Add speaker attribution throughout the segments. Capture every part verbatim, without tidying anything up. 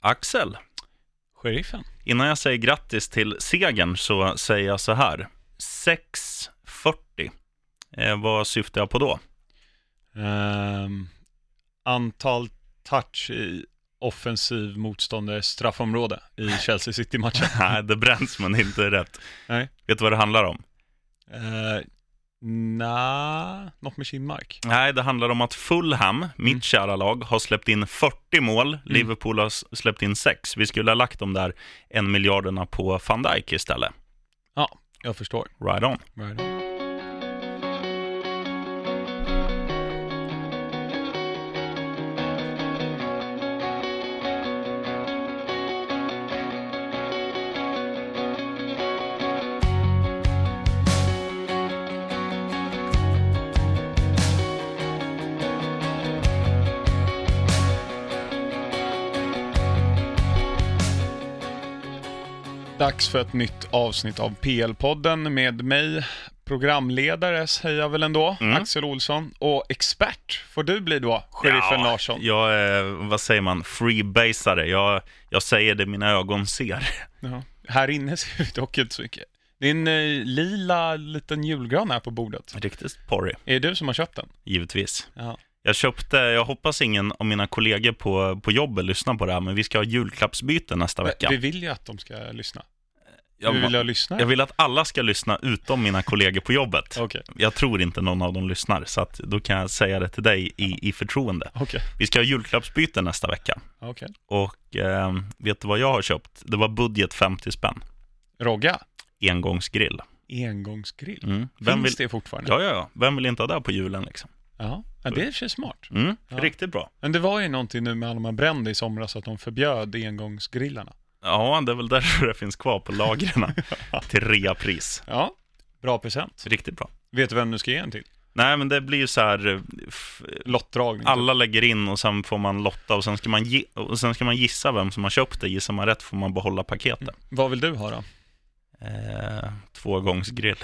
Speaker 1: Axel.
Speaker 2: Sheriffen.
Speaker 1: Innan jag säger grattis till segern så säger jag så här. sex fyrtio. Eh, vad syftar jag på då?
Speaker 2: Um, antal touch i offensiv motståndare straffområde i Chelsea City-matchen.
Speaker 1: Nej, det bränns men inte rätt.
Speaker 2: Nej.
Speaker 1: Vet du vad det handlar om?
Speaker 2: Uh, Nej, något med Kinmark.
Speaker 1: Nej, det handlar om att Fulham, mitt mm. kära lag, har släppt in fyrtio mål. Mm. Liverpool har släppt in sex. Vi skulle ha lagt de där en miljarderna på Van Dijk istället.
Speaker 2: Ja, jag förstår.
Speaker 1: Right on.
Speaker 2: Right on. Dags för ett nytt avsnitt av P L-podden med mig, programledare säger jag väl ändå, mm. Axel Olsson, och expert får du bli då, Sheriffen
Speaker 1: ja,
Speaker 2: Larsson.
Speaker 1: Jag är, vad säger man, freebasare. Jag, jag säger det mina ögon ser.
Speaker 2: Ja. Här inne ser vi dock inte så mycket. Det är en eh, lila liten julgran här på bordet.
Speaker 1: Riktigt porrig.
Speaker 2: Är det du som har köpt den?
Speaker 1: Givetvis.
Speaker 2: Ja.
Speaker 1: Jag köpte, jag hoppas ingen av mina kollegor på, på jobbet lyssnar på det här, men vi ska ha julklappsbyte nästa vecka.
Speaker 2: Vi vill ju att de ska lyssna.
Speaker 1: Jag,
Speaker 2: vi vill jag lyssna?
Speaker 1: Jag vill att alla ska lyssna utom mina kollegor på jobbet.
Speaker 2: Okay.
Speaker 1: Jag tror inte någon av dem lyssnar, så att då kan jag säga det till dig i, i förtroende.
Speaker 2: Okay.
Speaker 1: Vi ska ha julklappsbyte nästa vecka.
Speaker 2: Okay.
Speaker 1: Och eh, vet du vad jag har köpt? Det var budget femtio spänn.
Speaker 2: Rogga?
Speaker 1: Engångsgrill.
Speaker 2: Engångsgrill?
Speaker 1: Mm.
Speaker 2: Vem
Speaker 1: vill...
Speaker 2: Finns det fortfarande?
Speaker 1: Ja, ja, ja. Vem vill inte ha det på julen liksom?
Speaker 2: Ja, ja det känns smart.
Speaker 1: Mm,
Speaker 2: ja.
Speaker 1: Riktigt bra.
Speaker 2: Men det var ju någonting nu med alla de här brände i somras att de förbjöd engångsgrillarna.
Speaker 1: Ja, det är väl därför det finns kvar på lagren till reapris.
Speaker 2: Ja, bra present.
Speaker 1: Riktigt bra.
Speaker 2: Vet du vem du ska ge en till?
Speaker 1: Nej, men det blir ju så här f-
Speaker 2: lottdragning.
Speaker 1: Alla lägger in och sen får man lotta och sen ska man, ge- och sen ska man gissa vem som har köpt det. Gissar man rätt får man behålla paketet. Mm.
Speaker 2: Vad vill du ha då?
Speaker 1: Eh, tvågångsgrill.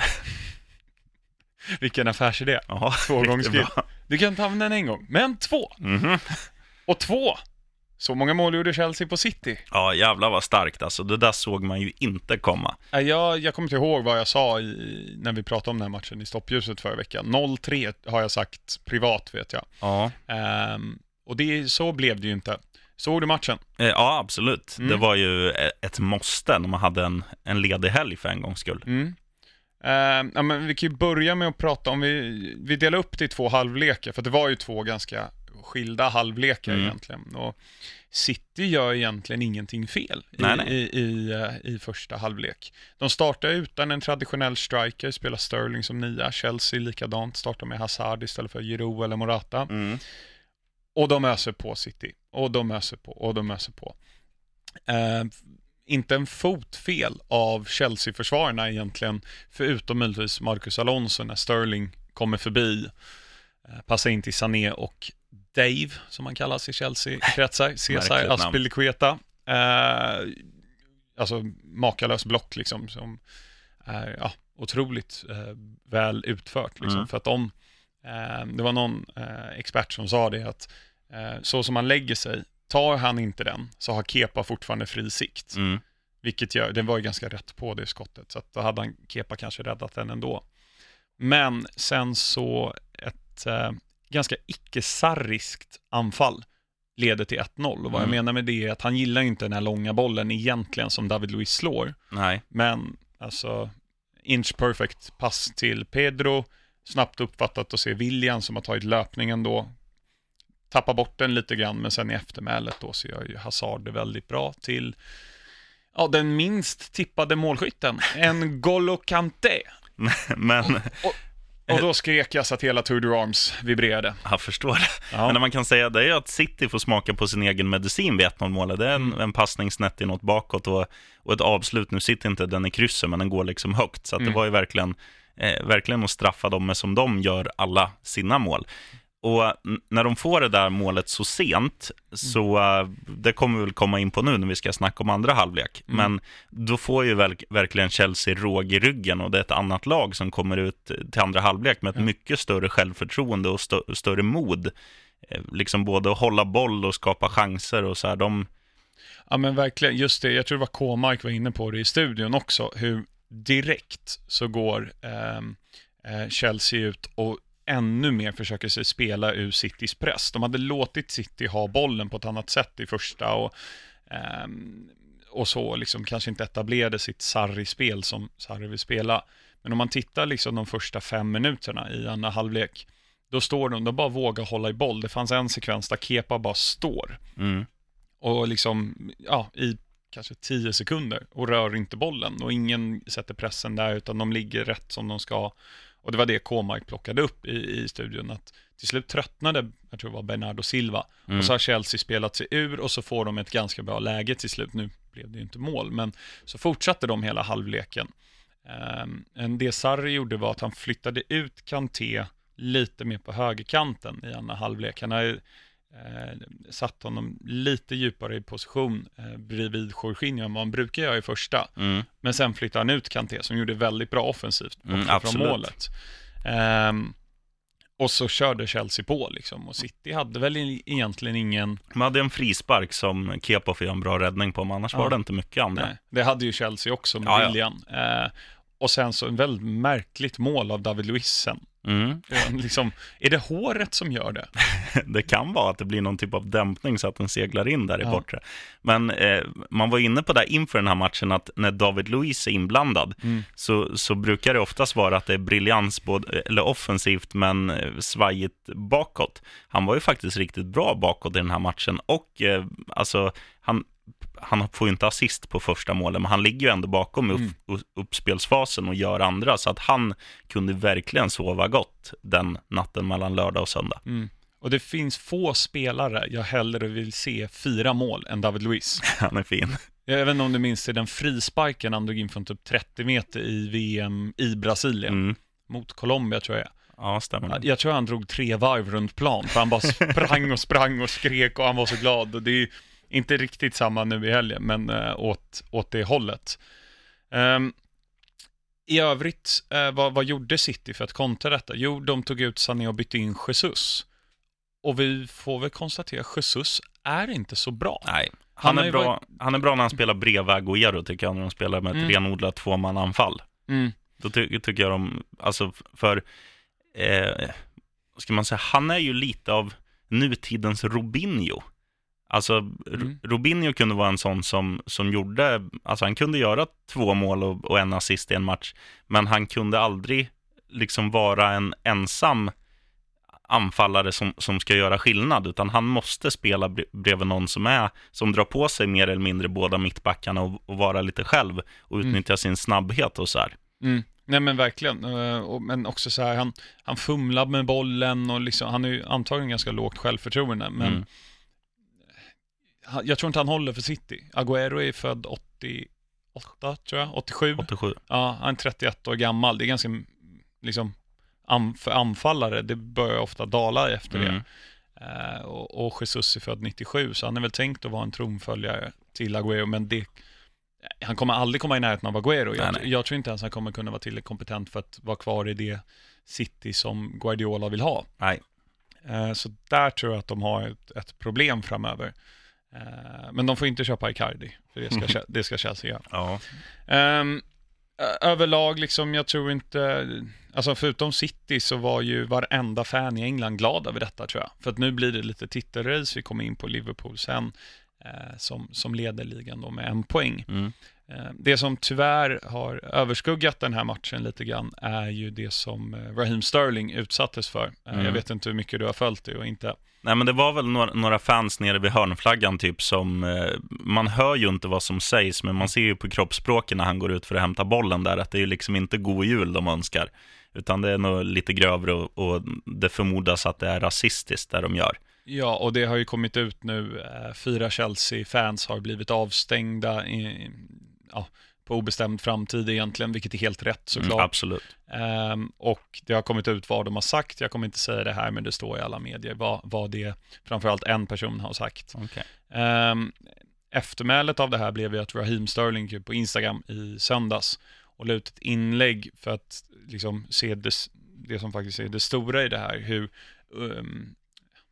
Speaker 2: Vilken affärsidé.
Speaker 1: Jaha,
Speaker 2: tvågångsgrill. Du kan ta den en gång, men två.
Speaker 1: Mm-hmm.
Speaker 2: Och två. Så många mål gjorde Chelsea på City.
Speaker 1: Ja, jävlar vad starkt. Alltså, det där såg man ju inte komma.
Speaker 2: Jag, jag kommer inte ihåg vad jag sa i, när vi pratade om den här matchen i stoppljuset förra veckan. noll tre har jag sagt privat, vet jag.
Speaker 1: Ja.
Speaker 2: Um, och det, så blev det ju inte. Såg du matchen?
Speaker 1: Eh, ja, absolut. Mm. Det var ju ett måste när man hade en, en ledig helg för en gångs skull.
Speaker 2: Mm. Uh, ja, men vi kan ju börja med att prata om, vi, vi delar upp det i två halvlekar. För det var ju två ganska skilda halvlekar mm. egentligen. Och City gör egentligen ingenting fel i,
Speaker 1: nej, nej.
Speaker 2: I, i, i första halvlek. De startar utan en traditionell striker, spelar Sterling som nia. Chelsea likadant, startar med Hazard istället för Giroud eller Morata.
Speaker 1: Mm.
Speaker 2: Och de öser på City. Och de öser på, och de öser på. Uh, inte en fotfel av Chelsea-försvararna egentligen, förutom möjligtvis Marcus Alonso när Sterling kommer förbi. Uh, passar in till Sané och Dave, som han kallas i Chelsea-kretsar. Cesar Azpilicueta. Eh, alltså makalös block liksom, som är ja, otroligt eh, väl utfört liksom, mm. för att de eh, det var någon eh, expert som sa det att eh, så som han lägger sig, tar han inte den så har Kepa fortfarande fri sikt.
Speaker 1: Mm.
Speaker 2: Vilket gör, det var ju ganska rätt på det skottet, så att då hade han Kepa kanske räddat den ändå. Men sen så ett eh, ganska icke-sarriskt anfall leder till ett noll. Och vad mm. jag menar med det är att han gillar inte den här långa bollen egentligen som David Luiz slår.
Speaker 1: Nej.
Speaker 2: Men alltså inch perfect pass till Pedro, snabbt uppfattat och se William som har tagit löpningen då. Tappar bort den lite grann, men sen i eftermälet då så gör ju Hazard det väldigt bra till ja, den minst tippade målskytten. En N'Golo Kanté.
Speaker 1: Men...
Speaker 2: Och, och, Och då skrek jag så att hela Tour de Arms vibrerade.
Speaker 1: Jag förstår det.
Speaker 2: Ja.
Speaker 1: Men det man kan säga det är att City får smaka på sin egen medicin vid ett noll-målet. Det är en, mm. en passning snett i något bakåt och, och ett avslut. Nu sitter inte den i krysset, men den går liksom högt. Så att mm. det var ju verkligen, eh, verkligen att straffa dem med som de gör alla sina mål. Och n- när de får det där målet så sent, så uh, det kommer vi väl komma in på nu när vi ska snacka om andra halvlek. Mm. Men då får ju väl, verkligen Chelsea råg i ryggen, och det är ett annat lag som kommer ut till andra halvlek med ett mm. mycket större självförtroende och stö- större mod. Eh, liksom både att hålla boll och skapa chanser och så här. De...
Speaker 2: Ja men verkligen, just det, jag tror det var K-Mark var inne på det i studion också, hur direkt så går eh, eh, Chelsea ut och ännu mer försöker sig spela ur Citys press. De hade låtit City ha bollen på ett annat sätt i första och, eh, och så liksom kanske inte etablerade sitt Sarri-spel som Sarri vill spela. Men om man tittar liksom de första fem minuterna i andra halvlek, då står de, de bara vågar hålla i boll. Det fanns en sekvens där Kepa bara står.
Speaker 1: Mm.
Speaker 2: Och liksom, ja, i kanske tio sekunder och rör inte bollen. Och ingen sätter pressen där utan de ligger rätt som de ska. Och det var det K-Mark plockade upp i, i studion. Att till slut tröttnade, jag tror det var Bernardo Silva. Mm. Och så har Chelsea spelat sig ur och så får de ett ganska bra läge till slut. Nu blev det ju inte mål, men så fortsatte de hela halvleken. Um, det Sarri gjorde var att han flyttade ut Kanté lite mer på högerkanten i andra halvlek. Han har eh, satt honom lite djupare i position eh, bredvid Jorginho än vad han brukar göra i första. Mm. Men sen flyttade han ut Kanté som gjorde väldigt bra offensivt mm, från målet. Um, och så körde Chelsea på liksom. Och City hade väl egentligen ingen...
Speaker 1: Man hade en frispark som Kepa fick en bra räddning på, men annars ja. var det inte mycket andra. Nej,
Speaker 2: det hade ju Chelsea också med ja, William. Ja. Uh, och sen så en väldigt märkligt mål av David Luiz sen. Mm. Liksom, är det håret som gör det?
Speaker 1: Det kan vara att det blir någon typ av dämpning så att den seglar in där i ja. bortre. Men eh, man var inne på det inför den här matchen att när David Luiz är inblandad mm. så, så brukar det oftast vara att det är briljans både, eller offensivt men svajigt bakåt. Han var ju faktiskt riktigt bra bakåt i den här matchen och eh, alltså han han får ju inte assist på första målet, men han ligger ju ändå bakom upp, mm. uppspelsfasen och gör andra, så att han kunde verkligen sova gott den natten mellan lördag och söndag.
Speaker 2: Mm. Och det finns få spelare jag hellre vill se fyra mål än David Luiz.
Speaker 1: Han är fin.
Speaker 2: Jag vet inte om du minns det, den frisparken han drog in från typ trettio meter i V M i Brasilien. Mm. Mot Colombia tror jag.
Speaker 1: Ja, stämmer.
Speaker 2: Jag tror han drog tre varv runt plan, för han bara sprang och sprang och skrek och han var så glad. Och det är inte riktigt samma nu i helgen, men äh, åt, åt det hållet. Um, I övrigt, äh, vad, vad gjorde City för att kontra detta? Jo, de tog ut Sané och bytte in Jesus. Och vi får väl konstatera, Jesus är inte så bra.
Speaker 1: Nej, han, han, är, bra, varit... han är bra när han spelar bredvid Agüero, tycker jag, när de spelar med ett mm. renodlat tvåmananfall. Mm. Då ty- tycker jag de, alltså för, eh, vad ska man säga, han är ju lite av nutidens Robinho. Alltså, mm. Robinho kunde vara en sån som, som gjorde, alltså han kunde göra två mål och, och en assist i en match, men han kunde aldrig liksom vara en ensam anfallare som, som ska göra skillnad, utan han måste spela bredvid någon som är, som drar på sig mer eller mindre båda mittbackarna och, och vara lite själv och utnyttja mm. sin snabbhet och så här.
Speaker 2: Mm. Nej men verkligen, men också så här, han, han fumlar med bollen och liksom, han är ju antagligen ganska lågt självförtroende, men mm. jag tror inte han håller för City. Agüero är född åttioåtta, tror jag, åttiosju.
Speaker 1: åttiosju.
Speaker 2: Ja, han är trettioett år gammal. Det är ganska, liksom, för anfallare, det börjar ofta dala efter mm. det. Uh, och, och Jesus är född nittiosju, så han är väl tänkt att vara en tronföljare till Agüero, men det, han kommer aldrig komma i närheten av Agüero. Jag, nej, nej. jag tror inte ens han kommer kunna vara tillräckligt kompetent för att vara kvar i det City som Guardiola vill ha.
Speaker 1: Nej.
Speaker 2: Uh, så där tror jag att de har ett, ett problem framöver. Men de får inte köpa Icardi, för det ska, det ska Chelsea göra.
Speaker 1: Ja.
Speaker 2: Um, överlag liksom, jag tror inte, alltså förutom City så var ju varenda fan i England glad över detta, tror jag. För att nu blir det lite titelrace, vi kommer in på Liverpool sen eh, som, som leder ligan då med en poäng. Mm. Eh, det som tyvärr har överskuggat den här matchen lite grann är ju det som eh, Raheem Sterling utsattes för. Eh, mm. Jag vet inte hur mycket du har följt det och inte.
Speaker 1: Nej, men det var väl några, några fans nere vid hörnflaggan typ som, eh, man hör ju inte vad som sägs, men man ser ju på kroppsspråken när han går ut för att hämta bollen där att det är ju liksom inte god jul de önskar, utan det är nog lite grövre och, och det förmodas att det är rasistiskt där de gör.
Speaker 2: Ja, och det har ju kommit ut nu, eh, fyra Chelsea-fans har blivit avstängda i, ja, på obestämd framtid egentligen, vilket är helt rätt såklart.
Speaker 1: Mm, absolut.
Speaker 2: Um, och det har kommit ut vad de har sagt. Jag kommer inte säga det här, men det står i alla medier vad, vad det framförallt en person har sagt.
Speaker 1: Okay.
Speaker 2: Um, eftermälet av det här blev ju att Raheem Sterling på Instagram i söndags och la ut ett inlägg för att liksom se det, det som faktiskt är det stora i det här, hur um,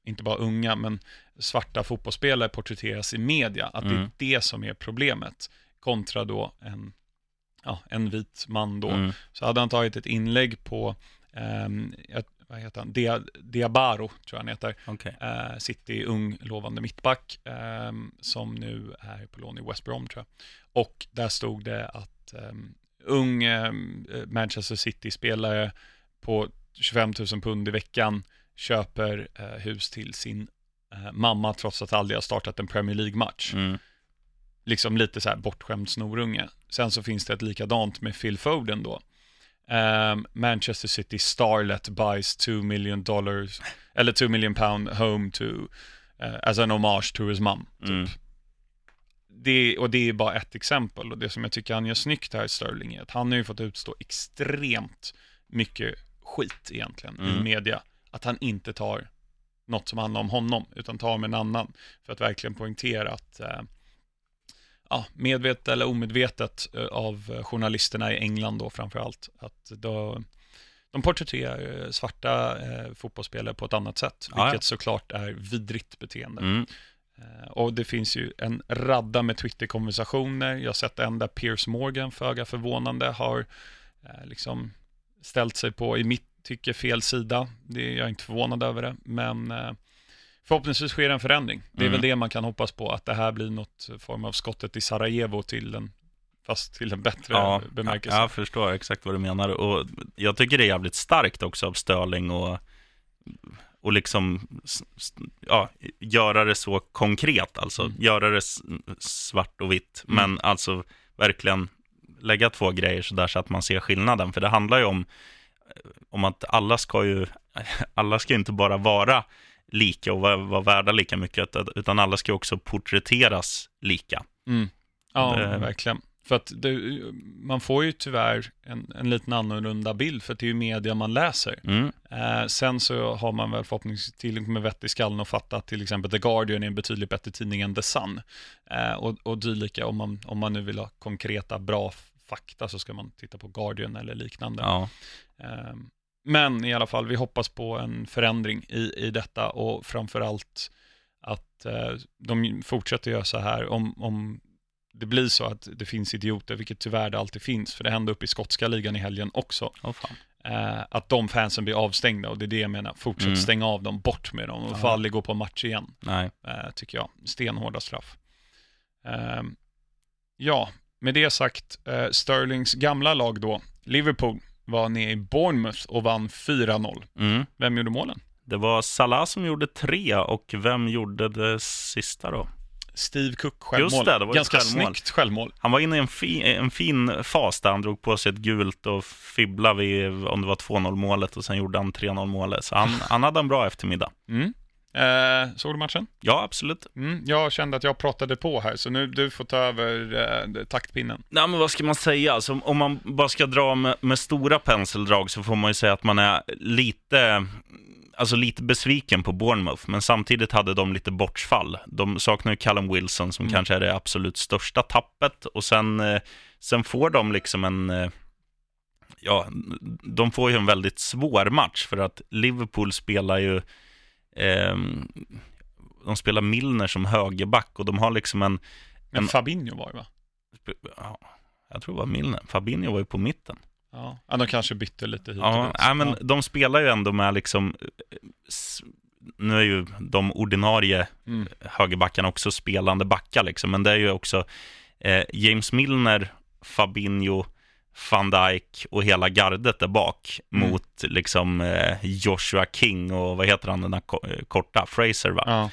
Speaker 2: inte bara unga, men svarta fotbollsspelare porträtteras i media. Att mm. det är det som är problemet. Kontra då en, ja, en vit man då. Mm. Så hade han tagit ett inlägg på um, vad heter han? Dia, Diabaro tror jag han heter.
Speaker 1: Okay.
Speaker 2: Uh, City, ung, lovande mittback um, som nu är på lån i West Brom tror jag. Och där stod det att um, ung um, Manchester City-spelare på tjugofem tusen pund i veckan köper uh, hus till sin uh, mamma trots att aldrig har startat en Premier League-match.
Speaker 1: Mm.
Speaker 2: Liksom lite så här bortskämd snorunge. Sen så finns det ett likadant med Phil Foden då. Um, Manchester City starlet buys two million dollars eller two million pound home to uh, as an homage to his mom typ. Mm. Det, och det är bara ett exempel, och det som jag tycker han gör snyggt här i Sterling är att han har ju fått utstå extremt mycket skit egentligen mm. i media, att han inte tar något som handlar om honom utan tar med en annan, för att verkligen poängtera att uh, ja, medvetet eller omedvetet uh, av journalisterna i England då framförallt, att då, de porträtterar uh, svarta uh, fotbollsspelare på ett annat sätt,
Speaker 1: ja,
Speaker 2: vilket
Speaker 1: ja.
Speaker 2: såklart är vidrigt beteende.
Speaker 1: Mm.
Speaker 2: Uh, och det finns ju en radda med Twitter-konversationer. Jag har sett en där Piers Morgan, föga förvånande, har uh, liksom ställt sig på, i mitt tycke, fel sida. Det, jag är inte förvånad över det, men uh, förhoppningsvis sker en förändring. Det är mm. väl det man kan hoppas på, att det här blir något form av skottet i Sarajevo till en, fast till en bättre
Speaker 1: ja,
Speaker 2: bemärkelse.
Speaker 1: Ja, jag förstår exakt vad du menar, och jag tycker det är jävligt starkt också av Sterling och, och liksom ja, göra det så konkret, alltså mm. göra det svart och vitt, mm. men alltså verkligen lägga två grejer så där så att man ser skillnaden, för det handlar ju om om att alla ska ju alla ska inte bara vara lika och vara, vara värda lika mycket, utan alla ska också porträtteras lika.
Speaker 2: Mm. Ja, det... verkligen. För att det, man får ju tyvärr en, en liten annorlunda bild, för att det är ju media man läser.
Speaker 1: Mm.
Speaker 2: Eh, sen så har man väl förhoppningsvis till med vett i skallen och fatta att till exempel The Guardian är en betydligt bättre tidning än The Sun. Eh, och, och dylika, om man, om man nu vill ha konkreta, bra fakta, så ska man titta på Guardian eller liknande.
Speaker 1: Ja.
Speaker 2: Eh, men i alla fall, vi hoppas på en förändring i, i detta, och framförallt att eh, de fortsätter göra så här om, om det blir så att det finns idioter, vilket tyvärr det alltid finns, för det hände upp i skotska ligan i helgen också.
Speaker 1: Oh, fan.
Speaker 2: Eh, att de fansen blir avstängda, och det är det jag menar. Fortsätt mm. stänga av dem, bort med dem, och får aldrig gå på match igen.
Speaker 1: Nej.
Speaker 2: Eh, tycker jag. Stenhårda straff. Eh, ja, med det sagt, eh, Sterlings gamla lag då, Liverpool, var nere i Bournemouth och vann fyra noll.
Speaker 1: Mm.
Speaker 2: Vem gjorde målen?
Speaker 1: Det var Salah som gjorde tre, och vem gjorde det sista då?
Speaker 2: Steve Cook självmål.
Speaker 1: Just det, det var
Speaker 2: ganska
Speaker 1: självmål.
Speaker 2: Snyggt självmål.
Speaker 1: Han var inne i en fin, en fin fas där han drog på sig ett gult och fibblade vid, om det var två noll målet, och sen gjorde han tre noll målet. Så han, han hade en bra eftermiddag.
Speaker 2: Mm. Eh, såg du matchen?
Speaker 1: Ja, absolut.
Speaker 2: Mm, jag kände att jag pratade på här, så nu du får ta över eh, taktpinnen.
Speaker 1: Nej, men vad ska man säga? Alltså, om man bara ska dra med, med stora penseldrag, så får man ju säga att man är lite... Alltså lite besviken på Bournemouth, men samtidigt hade de lite bortsfall. De saknar ju Callum Wilson som mm. kanske är det absolut största tappet, och sen, eh, sen får de liksom en eh, ja, de får ju en väldigt svår match, för att Liverpool spelar ju eh, de spelar Milner som högerback, och de har liksom en,
Speaker 2: men
Speaker 1: en
Speaker 2: Fabinho var det, va?
Speaker 1: Ja, jag tror det var Milner. Fabinho var ju på mitten.
Speaker 2: Ja, ja, de kanske bytte lite hit och
Speaker 1: ja,
Speaker 2: dit.
Speaker 1: Ja, men
Speaker 2: ja.
Speaker 1: de spelar ju ändå med liksom, nu är ju de ordinarie mm. högerbackarna också spelande backar liksom, men det är ju också eh, James Milner, Fabinho, Van Dijk och hela gardet där bak mm. mot liksom eh, Joshua King och vad heter han, den där korta Fraser, va?
Speaker 2: Ja.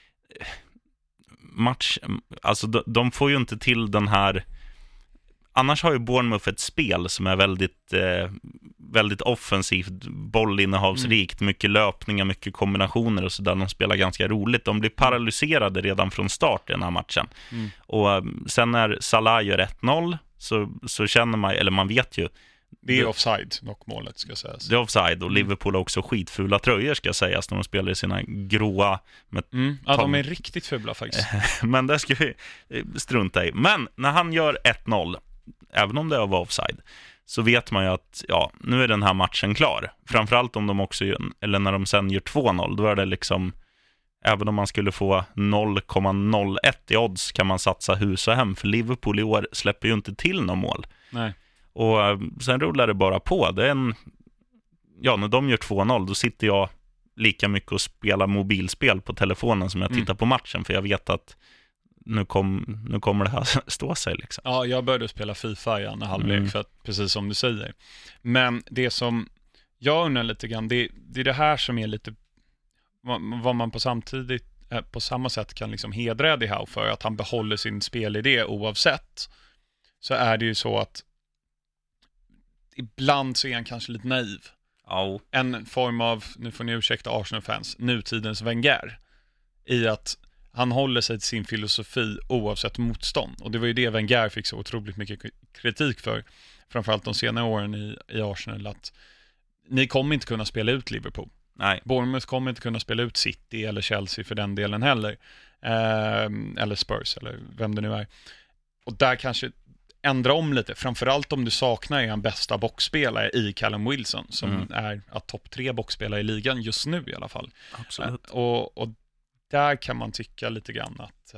Speaker 1: Match, alltså de, de får ju inte till den här. Annars har ju Bournemouth ett spel som är väldigt eh, väldigt offensivt, bollinnehavsrikt, mm. mycket löpningar, mycket kombinationer och sådär. De spelar ganska roligt. De blir paralyserade redan från start i den här matchen. Mm. Och eh, sen när Salah gör ett noll så, så känner man, eller man vet ju,
Speaker 2: det är offside, dock målet ska sägas.
Speaker 1: Det är offside, och Liverpool har också skitfula tröjor ska sägas när de spelar i sina gråa med
Speaker 2: mm. Ja, de är riktigt fula faktiskt.
Speaker 1: Men det ska vi strunta i. Men när han gör ett noll, även om det var offside, så vet man ju att ja, nu är den här matchen klar. Framförallt om de också, eller när de sen gör två noll, då är det liksom även om man skulle få noll komma noll ett i odds kan man satsa hus och hem. För Liverpool i år släpper ju inte till någon mål.
Speaker 2: Nej.
Speaker 1: Och sen rullar det bara på. Det är en... Ja, när de gör två noll då sitter jag lika mycket och spelar mobilspel på telefonen som jag tittar mm. på matchen. För jag vet att nu, kom, nu kommer det här stå sig liksom.
Speaker 2: Ja, jag började spela FIFA i andra halvlek mm. för att, precis som du säger. Men det som jag undrar lite grann, det, det är det här som är lite vad man på samtidigt på samma sätt kan liksom hedra Eddie Howe för, att han behåller sin spelidé oavsett. Så är det ju så att ibland så är han kanske lite naiv.
Speaker 1: Oh.
Speaker 2: En form av, nu får ni ursäkta Arsenal-fans, nutidens Wenger, i att han håller sig till sin filosofi oavsett motstånd. Och det var ju det Wenger fick så otroligt mycket kritik för, framförallt de senare åren i, i Arsenal, att ni kommer inte kunna spela ut Liverpool.
Speaker 1: Nej.
Speaker 2: Bournemouth kommer inte kunna spela ut City eller Chelsea för den delen heller. Eh, eller Spurs eller vem det nu är. Och där kanske ändra om lite, framförallt om du saknar en bästa boxspelare i Callum Wilson, som mm. är att topp tre boxspelare i ligan just nu i alla fall.
Speaker 1: Absolut.
Speaker 2: Eh, och, och där kan man tycka lite grann att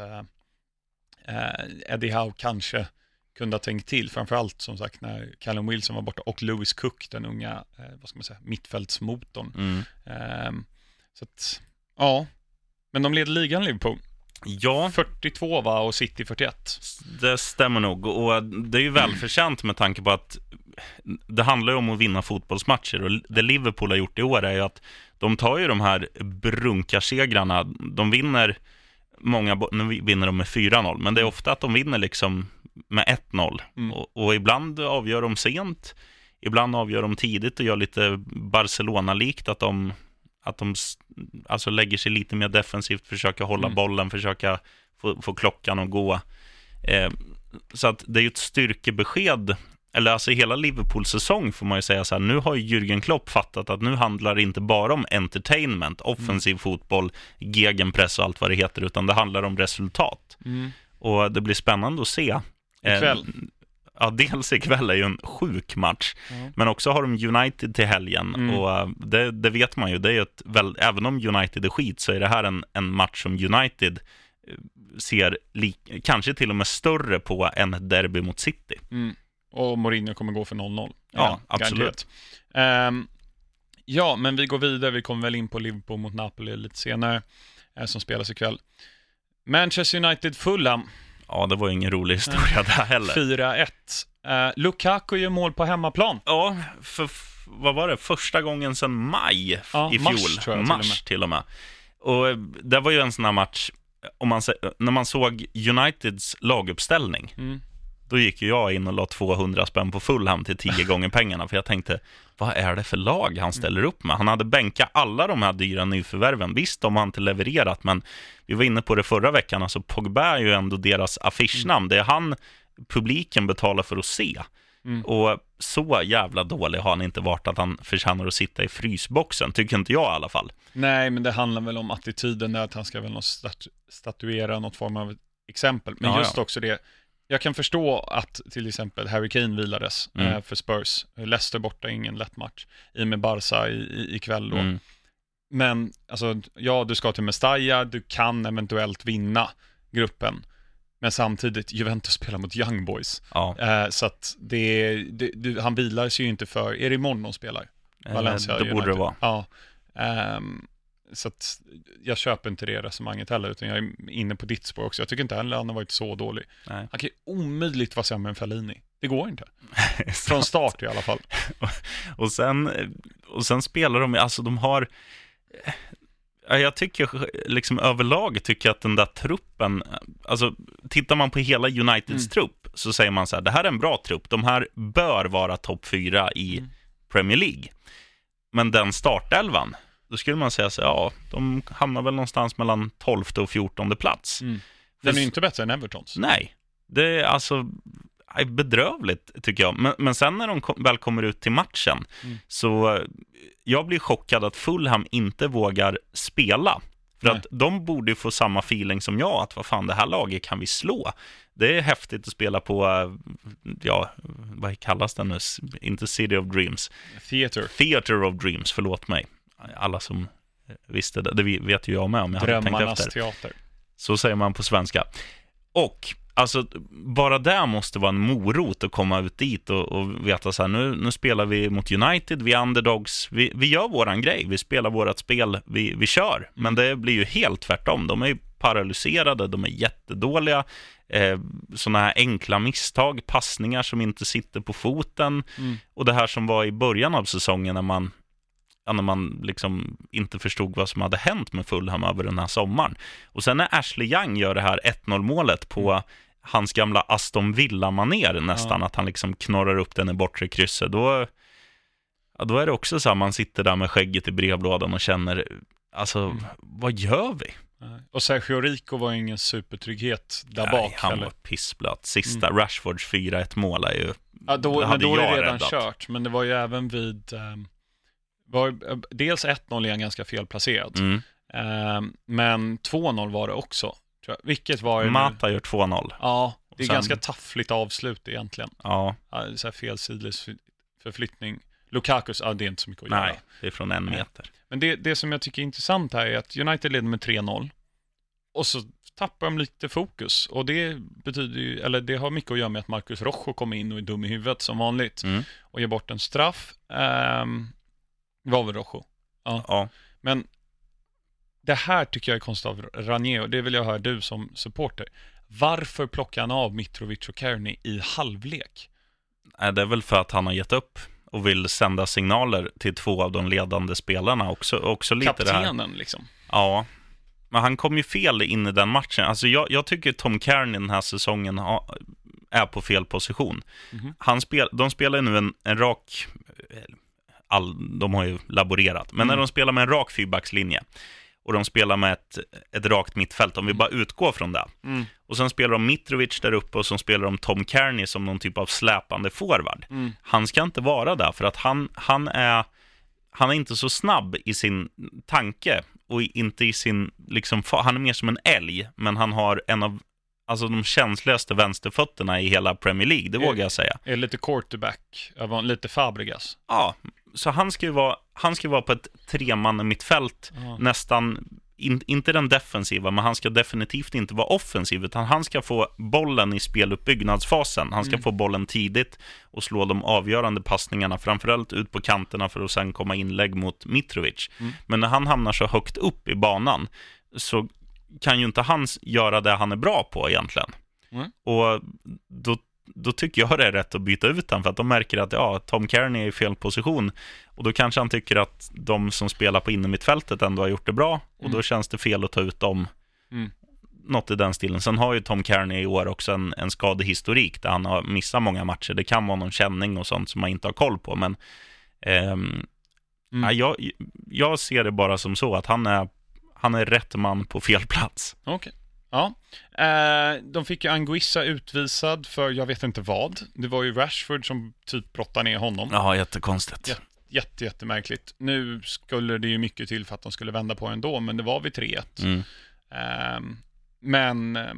Speaker 2: eh, Eddie Howe kanske kunde ha tänkt till, framförallt som sagt när Callum Wilson var borta och Lewis Cook, den unga eh, vad ska man säga, mittfältsmotorn.
Speaker 1: Mm.
Speaker 2: Eh, så att, ja, men de leder ligan Liverpool.
Speaker 1: Ja.
Speaker 2: fyrtiotvå va, och City fyrtioett.
Speaker 1: Det stämmer nog, och det är ju välförtjänt med tanke på att det handlar ju om att vinna fotbollsmatcher, och det Liverpool har gjort i år är ju att de tar ju de här brunkarsegrarna, de vinner många, nu vinner de med fyra noll, men det är ofta att de vinner liksom med ett noll. Mm. Och, och ibland avgör de sent, ibland avgör de tidigt och gör lite Barcelona-likt, att de, att de alltså lägger sig lite mer defensivt, försöker hålla mm. bollen, försöka få, få klockan att gå. Eh, så att det är ju ett styrkebesked, eller alltså hela Liverpools säsong får man ju säga så här, nu har ju Jürgen Klopp fattat att nu handlar det inte bara om entertainment, offensiv mm. fotboll, gegenpress och allt vad det heter, utan det handlar om resultat.
Speaker 2: Mm.
Speaker 1: Och det blir spännande att se.
Speaker 2: Ikväll.
Speaker 1: Eh, ja, dels ikväll är ju en sjuk match. Mm. Men också har de United till helgen. Mm. Och det, det vet man ju. Det är ju ett, väl, även om United är skit så är det här en, en match som United ser li, kanske till och med större på än ett derby mot City.
Speaker 2: Mm. Och Mourinho kommer gå för noll noll.
Speaker 1: Ja, ja absolut.
Speaker 2: Um, ja, men vi går vidare. Vi kommer väl in på Liverpool mot Napoli lite senare, eh, som spelas ikväll. Manchester United Fulham.
Speaker 1: Ja, det var ju ingen rolig historia där heller.
Speaker 2: fyra ett. Uh, Lukaku gör mål på hemmaplan.
Speaker 1: Ja, för vad var det? Första gången sedan maj
Speaker 2: ja,
Speaker 1: i fjol.
Speaker 2: Mars, tror jag,
Speaker 1: mars till och med. Till och med. Och det var ju en sån här match, om man, när man såg Uniteds laguppställning, mm. då gick ju jag in och la tvåhundra spänn på Fulham till tio gånger pengarna. För jag tänkte, vad är det för lag han ställer upp med? Han hade bänkat alla de här dyra nyförvärven. Visst, de har inte levererat, men vi var inne på det förra veckan. Alltså Pogba är ju ändå deras affischnamn. Det är han publiken betalar för att se. Mm. Och så jävla dålig har han inte varit att han förtjänar att sitta i frysboxen. Tycker inte jag i alla fall.
Speaker 2: Nej, men det handlar väl om attityden där, att han ska väl statu- statuera något form av exempel. Men ja, just ja. också det, jag kan förstå att till exempel Harry Kane vilades mm. eh, för Spurs. Leicester borta, ingen lätt match. I med Barca i, i, ikväll då. Mm. Men alltså, ja, du ska till Mestalla, du kan eventuellt vinna gruppen. Men samtidigt, Juventus spelar mot Young Boys. Ja. Eh, så att det, det, det, han vilar sig ju inte för, är det imorgon de spelar?
Speaker 1: Valencia, eh, det borde det vara.
Speaker 2: Ja. Um, så att jag köper inte det resonemanget heller, utan jag är inne på ditt spår också. Jag tycker inte heller han har varit så dålig. Nej. Han kan ju omöjligt vara sämre än Fellini. Det går inte. Från start i alla fall.
Speaker 1: och, sen, och sen spelar de, alltså de har... Jag tycker liksom överlag tycker jag att den där truppen, alltså tittar man på hela Uniteds mm. trupp så säger man så här, det här är en bra trupp. De här bör vara topp fyra i mm. Premier League. Men den startelvan, då skulle man säga så ja, de hamnar väl någonstans mellan tolfte och fjortonde plats.
Speaker 2: Mm. Den är ju inte bättre än Evertons.
Speaker 1: Nej, det är alltså är bedrövligt tycker jag. Men, men sen när de kom, väl kommer ut till matchen mm. så jag blir chockad att Fulham inte vågar spela. För Nej. att de borde få samma feeling som jag, att vad fan, det här laget kan vi slå. Det är häftigt att spela på, ja, vad kallas det nu? Inte City of Dreams.
Speaker 2: Theater.
Speaker 1: Theater of Dreams, förlåt mig. Alla som visste det. Det vet ju jag med om jag hade tänkt efter.
Speaker 2: Drömmarnas teater.
Speaker 1: Så säger man på svenska. Och alltså, bara det måste vara en morot att komma ut dit och, och veta så här, nu, nu spelar vi mot United, vi är underdogs, vi, vi gör våran grej, vi spelar vårat spel, vi, vi kör. Men det blir ju helt tvärtom. De är ju paralyserade, de är jättedåliga. Eh, sådana här enkla misstag, passningar som inte sitter på foten. Mm. Och det här som var i början av säsongen när man Ja, när man liksom inte förstod vad som hade hänt med Fulham över den här sommaren. Och sen när Ashley Young gör det här ett noll-målet på mm. hans gamla Aston Villa-manér nästan, ja. Att han liksom knorrar upp den i bortre krysset, då, ja, då är det också så här, man sitter där med skägget i brevlådan och känner, alltså, mm. vad gör vi?
Speaker 2: Och Sergio Rico var ingen supertrygghet där
Speaker 1: Nej,
Speaker 2: bak.
Speaker 1: han
Speaker 2: eller?
Speaker 1: var pissblöt. Sista mm. Rashfords fyra ett mål är ju...
Speaker 2: Ja, då, men då är det redan räddat. Kört, men det var ju även vid... Um... var dels ett noll är ganska felplacerat. Mm. Um, men två noll var det också. Tror jag. Vilket var
Speaker 1: Mata gör två noll.
Speaker 2: Ja, det är sen... ganska taffligt avslut egentligen.
Speaker 1: Ja.
Speaker 2: Så här felsidles förflyttning. Lukakus, ja, det är inte så mycket att göra.
Speaker 1: Nej, det är från en meter.
Speaker 2: Men det, det som jag tycker är intressant här är att United leder med tre noll. Och så tappar de lite fokus. Och det betyder ju, eller det har mycket att göra med att Marcus Rojo kommer in och är dum i huvudet som vanligt. Mm. Och ger bort en straff. Um, var väl Rojo? Ja.
Speaker 1: ja.
Speaker 2: Men det här tycker jag är konstigt av Ranier, och det vill jag höra du som supporter. Varför plockar han av Mitrovic och Kearney i halvlek?
Speaker 1: Nej, det är väl för att han har gett upp och vill sända signaler till två av de ledande spelarna också. också lite
Speaker 2: Kaptenen
Speaker 1: det här.
Speaker 2: liksom.
Speaker 1: Ja, men han kom ju fel in i den matchen. Alltså jag, jag tycker Tom Kearney den här säsongen ha, är på fel position. Mm-hmm. Han spel, de spelar nu en, en rak... All, de har ju laborerat. Men mm. när de spelar med en rak fyrbackslinje och de spelar med ett, ett rakt mittfält, om vi bara utgår från det. Mm. Och sen spelar de Mitrovic där uppe och så spelar de Tom Kearney som någon typ av släpande forward. Mm. Han ska inte vara där för att han, han, är, han är inte så snabb i sin tanke och inte i sin, liksom, han är mer som en älg, men han har en av alltså de känsligaste vänsterfötterna i hela Premier League, det är, vågar jag säga.
Speaker 2: Är lite quarterback, lite Fabregas.
Speaker 1: Ja, så han ska ju vara, han ska vara på ett treman mittfält, ja. nästan, in, inte den defensiva, men han ska definitivt inte vara offensiv, utan han ska få bollen i speluppbyggnadsfasen. Han ska mm. få bollen tidigt och slå de avgörande passningarna, framförallt ut på kanterna för att sen komma inlägg mot Mitrovic. Mm. Men när han hamnar så högt upp i banan så kan ju inte han göra det han är bra på egentligen. Mm. Och då, då tycker jag det är rätt att byta ut han, för att de märker att ja, Tom Kearney är i fel position, och då kanske han tycker att de som spelar på innermittfältet ändå har gjort det bra, och mm. då känns det fel att ta ut dem. Mm. Något i den stilen. Sen har ju Tom Kearney i år också en, en skadehistorik där han har missat många matcher. Det kan vara någon känning och sånt som man inte har koll på, men ehm, mm. ja, jag, jag ser det bara som så att han är Han är rätt man på fel plats.
Speaker 2: Okej. Okay. Ja. Eh, de fick ju Anguissa utvisad för jag vet inte vad. Det var ju Rashford som typ brottade ner honom.
Speaker 1: Ja, jättekonstigt.
Speaker 2: Jätte, jätte, jättemärkligt. Nu skulle det ju mycket till för att de skulle vända på ändå, men det var vid tre ett. Mm. Eh, men eh,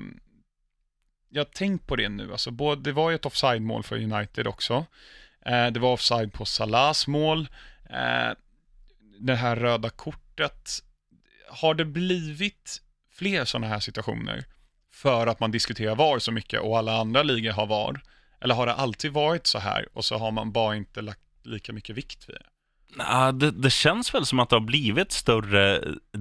Speaker 2: jag har tänkt på det nu. Alltså, både, det var ju ett offside-mål för United också. Eh, det var offside på Salahs mål. Eh, det här röda kortet. Har det blivit fler sådana här situationer för att man diskuterar V A R så mycket och alla andra ligor har V A R? Eller har det alltid varit så här och så har man bara inte lagt lika mycket vikt vid det?
Speaker 1: Ja, det, det känns väl som att det har blivit större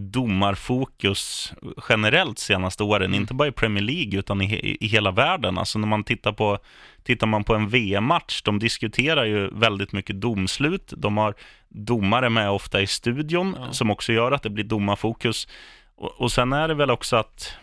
Speaker 1: domarfokus generellt senaste åren, mm. inte bara i Premier League utan i, i, i hela världen. Alltså när man tittar på, tittar man på en V M-match, de diskuterar ju väldigt mycket domslut. De har domare med ofta i studion, ja. som också gör att det blir domarfokus. Och, och sen är det väl också att,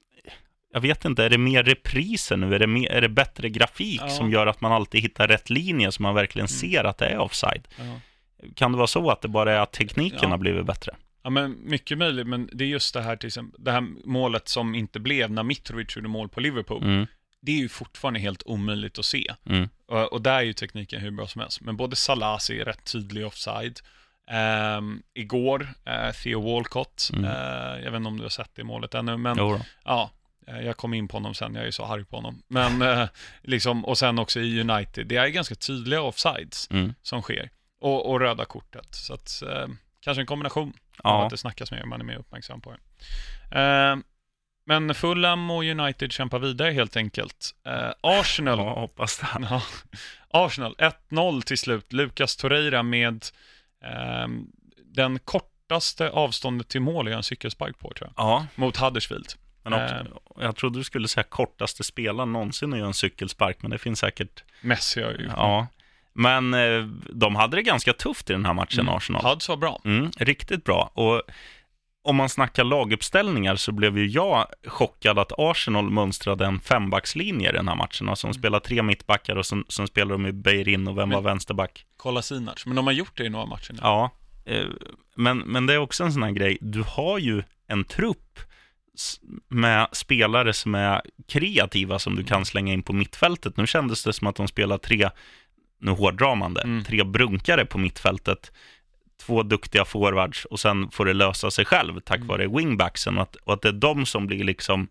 Speaker 1: jag vet inte, är det mer repriser nu? Är det, mer, är det bättre grafik ja. som gör att man alltid hittar rätt linje så man verkligen mm. ser att det är offside? Ja. Kan det vara så att det bara är att tekniken ja. har blivit bättre?
Speaker 2: Ja, men mycket möjligt, men det är just det här till exempel, det här målet som inte blev när Mitrovic gjorde mål på Liverpool. Mm. Det är ju fortfarande helt omöjligt att se. Mm. Och, och där är ju tekniken hur bra som helst. Men både Salah är rätt tydlig offside. Um, igår, uh, Theo Walcott, mm. uh, jag vet inte om du har sett det målet ännu, men ja, uh, jag kom in på honom sen, jag är ju så arg på honom. Men uh, liksom, och sen också i United, det är ganska tydliga offsides mm. som sker. Och, och röda kortet. Så att, eh, kanske en kombination. Ja. Att det snackas mer, man är mer uppmärksam på det. Eh, men Fulham och United kämpar vidare helt enkelt. Eh, Arsenal...
Speaker 1: ja, hoppas det.
Speaker 2: Ja, Arsenal ett noll till slut. Lucas Torreira med eh, den kortaste avståndet till mål i en cykelspark på, tror jag.
Speaker 1: Ja.
Speaker 2: Mot Huddersfield.
Speaker 1: Men också, eh, jag trodde du skulle säga kortaste spelaren någonsin att göra en cykelspark, men det finns säkert...
Speaker 2: Messi har ju...
Speaker 1: Ja. Men eh, de hade det ganska tufft i den här matchen, mm. Arsenal.
Speaker 2: Huds var bra.
Speaker 1: Mm, riktigt bra. Och om man snackar laguppställningar så blev ju jag chockad att Arsenal mönstrade en fembackslinje i den här matchen. Alltså de mm. spelar tre mittbackar och sen, sen spelar de med Beirin och vem men, var vänsterback?
Speaker 2: Kolasinac. Men de har gjort det i några matcher nu.
Speaker 1: Ja, eh, men, men det är också en sån här grej. Du har ju en trupp med spelare som är kreativa som du kan slänga in på mittfältet. Nu kändes det som att de spelar tre, nu hårdramande, mm. tre brunkare på mittfältet. Två duktiga forwards och sen får det lösa sig själv tack mm. vare wingbacksen och att, och att det är de som blir liksom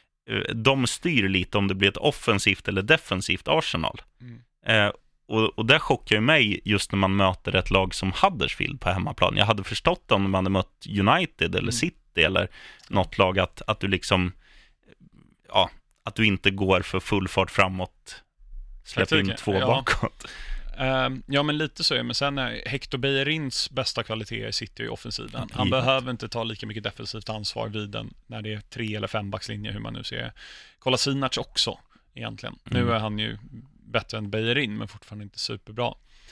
Speaker 1: de styr lite om det blir ett offensivt eller defensivt Arsenal. Mm. Eh, och, och det chockar ju mig just när man möter ett lag som Huddersfield på hemmaplan. Jag hade förstått om man hade mött United eller mm. City eller något lag att, att du liksom ja, att du inte går för full fart framåt, släpper in två ja. bakåt.
Speaker 2: Uh, ja, men lite så är det. Men sen är Hector Bellerins bästa kvaliteter sitter i offensiven. Han
Speaker 1: mm.
Speaker 2: behöver inte ta lika mycket defensivt ansvar vid den när det är tre- eller fembackslinjer, hur man nu ser. Kolasinac också, egentligen. Mm. Nu är han ju bättre än Bellerin, men fortfarande inte superbra.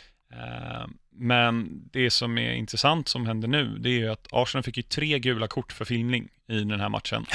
Speaker 2: Uh, men det som är intressant som händer nu, det är ju att Arsenal fick ju tre gula kort för filmning i den här matchen.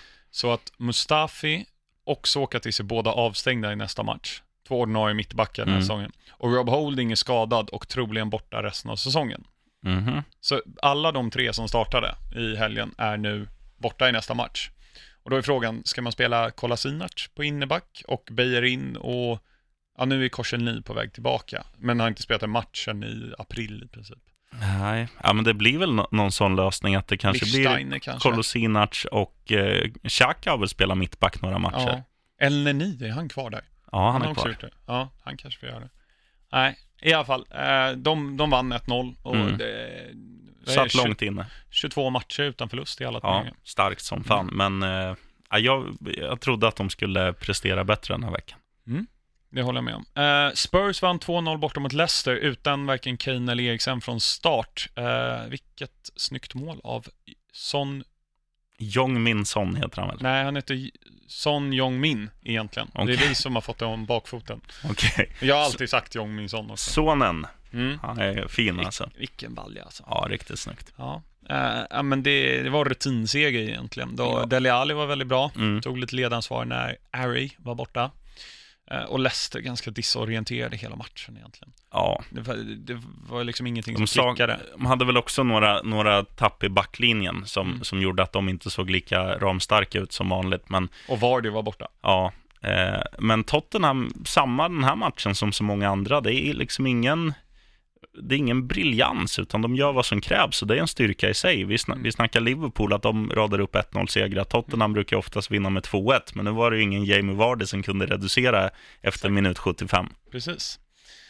Speaker 2: Så att Mustafi också åker till sig båda avstängda i nästa match. Två ordinarie mittbackar den här mm. säsongen. Och Rob Holding är skadad och troligen borta resten av säsongen.
Speaker 1: Mm-hmm.
Speaker 2: Så alla de tre som startade i helgen är nu borta i nästa match. Och då är frågan, ska man spela Kolasinac på inneback och Bellerin och ja, nu är Korselny på väg tillbaka. Men har inte spelat en matchen i april i princip.
Speaker 1: Nej, ja, men det blir väl no- någon sån lösning att det kanske blir kanske. Kolasinac och eh, Xhaka har väl spelat mittback några matcher.
Speaker 2: Ja. El Neni, är han kvar där?
Speaker 1: Ja, han, han
Speaker 2: är
Speaker 1: kvar.
Speaker 2: Det. Ja, han kanske får göra det. Nej, i alla fall. Eh, de, de vann ett noll. Och
Speaker 1: mm.
Speaker 2: det,
Speaker 1: det satt tjugo, långt inne.
Speaker 2: tjugotvå matcher utan förlust i alla
Speaker 1: ja, gånger. Starkt som fan. Mm. Men eh, jag, jag trodde att de skulle prestera bättre den här veckan.
Speaker 2: Mm. Det håller jag med om. Eh, Spurs vann två noll borta mot Leicester utan varken Kane eller Eriksen från start. Eh, vilket snyggt mål av Son...
Speaker 1: Jong-Min Son heter han väl?
Speaker 2: Nej, han heter Son Jong-Min egentligen. Okay. Det är vi som har fått det om bakfoten.
Speaker 1: Okay.
Speaker 2: Jag har alltid sagt Jong-Min Son också.
Speaker 1: Sonen.
Speaker 2: Mm.
Speaker 1: Han är fin alltså.
Speaker 2: Vil- vilken balja alltså.
Speaker 1: Ja, riktigt snyggt.
Speaker 2: Ja, uh, men det, det var rutinseger egentligen. Då ja. Dele Alli var väldigt bra. Mm. Tog lite ledansvar när Ari var borta. Uh, och Leicester ganska disorienterade hela matchen egentligen.
Speaker 1: Ja.
Speaker 2: Det var, det var liksom ingenting
Speaker 1: de
Speaker 2: som klickade.
Speaker 1: De hade väl också några, några tapp i backlinjen som, mm. som gjorde att de inte såg lika ramstarka ut som vanligt. Men,
Speaker 2: och Vardy var borta.
Speaker 1: Ja, eh, men Tottenham, samma den här matchen som så många andra, det är liksom ingen... Det är ingen briljans, utan de gör vad som krävs, och det är en styrka i sig. Vi, sn- mm. vi snackar Liverpool, att de radar upp ett noll-segrar. Tottenham mm. brukar oftast vinna med två ett, men nu var det ju ingen Jamie Vardy som kunde reducera efter Exakt. minut sjuttiofem.
Speaker 2: Precis.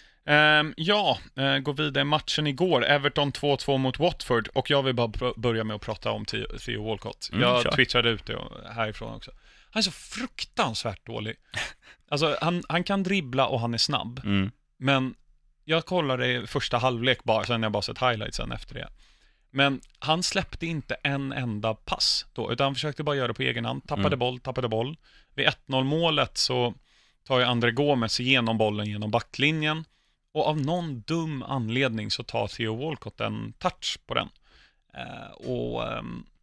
Speaker 2: Um, ja, uh, gå vidare matchen igår. Everton två två mot Watford, och jag vill bara pr- börja med att prata om Theo, Theo Walcott. Mm, jag kör. twittrade ut det härifrån också. Han är så fruktansvärt dålig. Alltså, han, han kan dribbla och han är snabb.
Speaker 1: Mm.
Speaker 2: Men jag kollade första halvlek bara, sen jag bara sett highlightsen efter det. Men han släppte inte en enda pass då, utan han försökte bara göra det på egen hand. Tappade mm. boll, tappade boll. Vid ett noll målet så tar ju André Gomes igenom bollen genom backlinjen. Och av någon dum anledning så tar Theo Walcott en touch på den. Eh, och eh,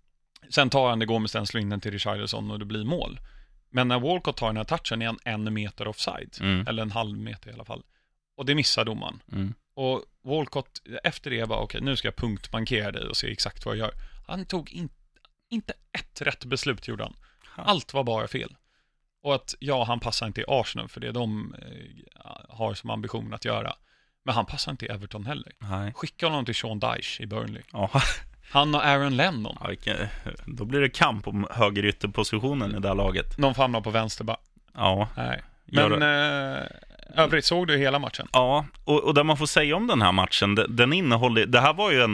Speaker 2: sen tar André Gomes den, slår in den till Richarlison och det blir mål. Men när Walcott tar den här touchen är han en meter offside.
Speaker 1: Mm.
Speaker 2: Eller en halv meter i alla fall. Och det missar domaren.
Speaker 1: Mm.
Speaker 2: Och Walcott, efter det bara, okej, okay, nu ska jag punktbankera dig och se exakt vad jag gör. Han tog in, inte ett rätt beslut, gjorde han. Allt var bara fel. Och att, ja, han passar inte i Arsenal, för det de eh, har som ambition att göra. Men han passar inte i Everton heller.
Speaker 1: Nej.
Speaker 2: Skicka honom till Sean Dyche i Burnley.
Speaker 1: Ja.
Speaker 2: Han och Aaron Lennon.
Speaker 1: Ja, vilka, då blir det kamp om högerytterpositionen i det här laget.
Speaker 2: Någon famlar på vänster bara.
Speaker 1: Ja.
Speaker 2: Nej. Men eh, övrigt såg du hela matchen?
Speaker 1: Ja, och, och det man får säga om den här matchen, det, den innehåller, det här var ju en,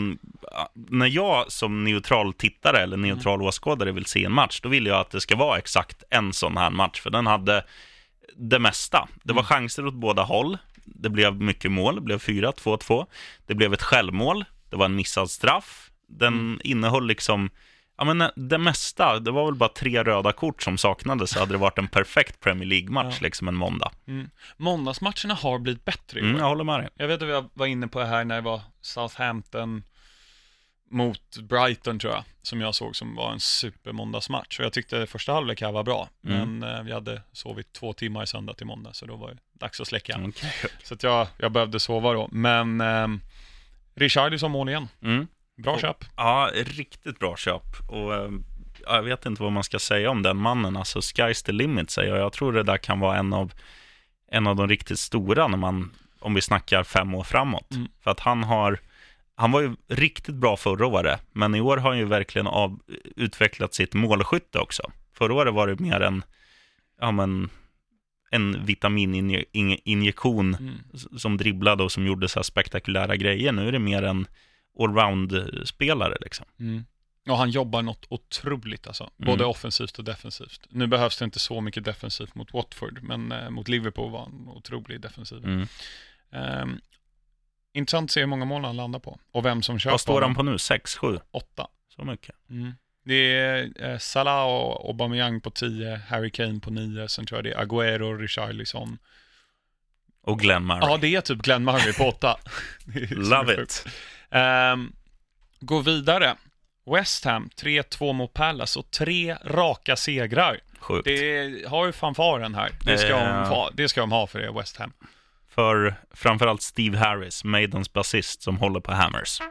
Speaker 1: när jag som neutral tittare eller neutral åskådare vill se en match, då vill jag att det ska vara exakt en sån här match, för den hade det mesta. Det var chanser åt båda håll. Det blev mycket mål. Det blev fyra två två. Det blev ett självmål. Det var en missad straff. Den mm. innehöll liksom, ja men det mesta. Det var väl bara tre röda kort som saknades, så hade det varit en perfekt Premier League-match, ja. liksom en måndag.
Speaker 2: Mm. Måndagsmatcherna har blivit bättre.
Speaker 1: Mm, jag håller med dig.
Speaker 2: Jag vet att vi var inne på det här när det var Southampton mot Brighton, tror jag, som jag såg som var en supermåndagsmatch. Och jag tyckte första halvlek här var bra. Mm. Men eh, vi hade sovit två timmar i söndag till måndag, så då var det dags att släcka.
Speaker 1: Okay.
Speaker 2: Så att jag, jag behövde sova då. Men eh, Richarlison mål igen.
Speaker 1: Mm.
Speaker 2: Bra
Speaker 1: och,
Speaker 2: köp.
Speaker 1: Ja, riktigt bra köp. Och eh, jag vet inte vad man ska säga om den mannen. Alltså, sky's the limit, säger jag. Jag tror det där kan vara en av, en av de riktigt stora när man, om vi snackar fem år framåt. Mm. För att han har Han var ju riktigt bra förra året, men i år har han ju verkligen av, utvecklat sitt målskytte också. Förra året var det mer en, ja men, en vitamininjektion mm. som dribblade och som gjorde så här spektakulära grejer. Nu är det mer en allround-spelare liksom.
Speaker 2: Mm. Och han jobbar något otroligt alltså, både mm. offensivt och defensivt. Nu behövs det inte så mycket defensivt mot Watford, men eh, mot Liverpool var han otroligt defensiv.
Speaker 1: Mm.
Speaker 2: Um, Intressant att se hur många mål han landar på. Och vem som köper.
Speaker 1: Vad står han på nu? sex, sju?
Speaker 2: åtta.
Speaker 1: Så mycket.
Speaker 2: Mm. Det är eh, Salah och Aubameyang på tio, Harry Kane på nio. Sen tror jag det är Agüero, Richarlison.
Speaker 1: Och Glenn Murray.
Speaker 2: Ja, det är typ Glenn Murray på åtta.
Speaker 1: Love it.
Speaker 2: Um, gå vidare. West Ham, tre två mot Palace och tre raka segrar.
Speaker 1: Sjukt.
Speaker 2: Det har ju fanfaren här. Det ska, eh... de, ha, det ska de ha för det, West Ham.
Speaker 1: För framförallt Steve Harris, Maidens basist, som håller på Hammers.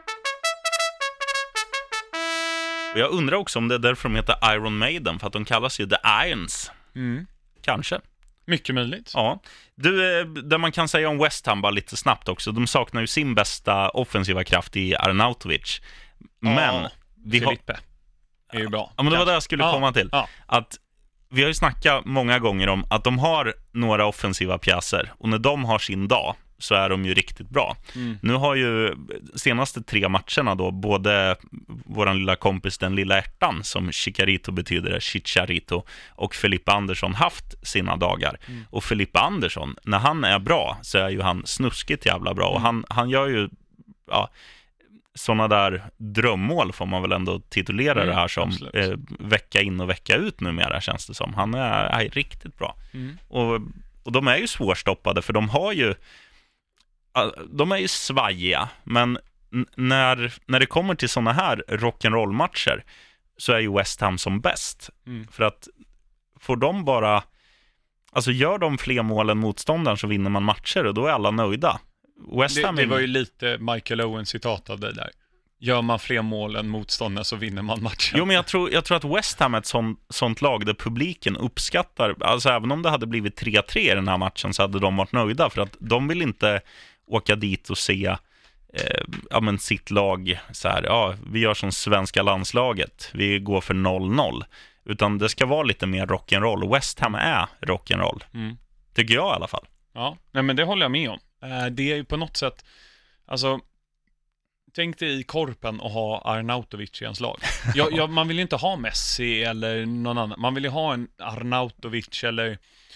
Speaker 1: Och jag undrar också om det är därför de heter Iron Maiden, för att de kallas ju The Irons.
Speaker 2: Mm.
Speaker 1: Kanske.
Speaker 2: Mycket möjligt.
Speaker 1: Ja. Du, det man kan säga om West Ham bara lite snabbt också. De saknar ju sin bästa offensiva kraft i Arnautovic. Men
Speaker 2: ja,
Speaker 1: vi
Speaker 2: Filippe har... är ju bra.
Speaker 1: Ja, men det var det jag skulle
Speaker 2: ja.
Speaker 1: komma till.
Speaker 2: Ja.
Speaker 1: Att vi har ju snackat många gånger om att de har några offensiva pjäser, och när de har sin dag så är de ju riktigt bra. Mm. Nu har ju senaste tre matcherna då både våran lilla kompis den lilla ärtan, som Chicharito betyder, Chicharito, och Filippe Andersson haft sina dagar. Mm. Och Filippe Andersson, när han är bra så är ju han snuskigt jävla bra. Mm. Och han, han gör ju... Ja, sådana där drömmål får man väl ändå titulera mm, det här som eh, vecka in och vecka ut numera, känns det som. Han är, är riktigt bra. Mm. Och, och de är ju svårstoppade, för de har ju de är ju svajiga, men n- när, när det kommer till såna här rock'n'roll-matcher så är ju West Ham som bäst. Mm. För att får de bara, alltså gör de fler mål än motståndaren så vinner man matcher, och då är alla nöjda. West Ham
Speaker 2: det, det var ju lite Michael Owen citat av dig där. Gör man fler mål än motståndare så vinner man matchen.
Speaker 1: Jo, men jag tror, jag tror att West Ham är ett sånt, sånt lag där publiken uppskattar, alltså även om det hade blivit tre tre i den här matchen så hade de varit nöjda, för att de vill inte åka dit och se eh, ja, men sitt lag så här, ja, vi gör som svenska landslaget, vi går för noll noll, utan det ska vara lite mer rock'n'roll. West Ham är rock'n'roll, mm. tycker jag i alla fall.
Speaker 2: Ja, nej, men det håller jag med om. Det är ju på något sätt, alltså tänk dig i korpen och ha Arnautovic i ens lag. Jag, jag, man vill ju inte ha Messi eller någon annan. Man vill ju ha en Arnautovic eller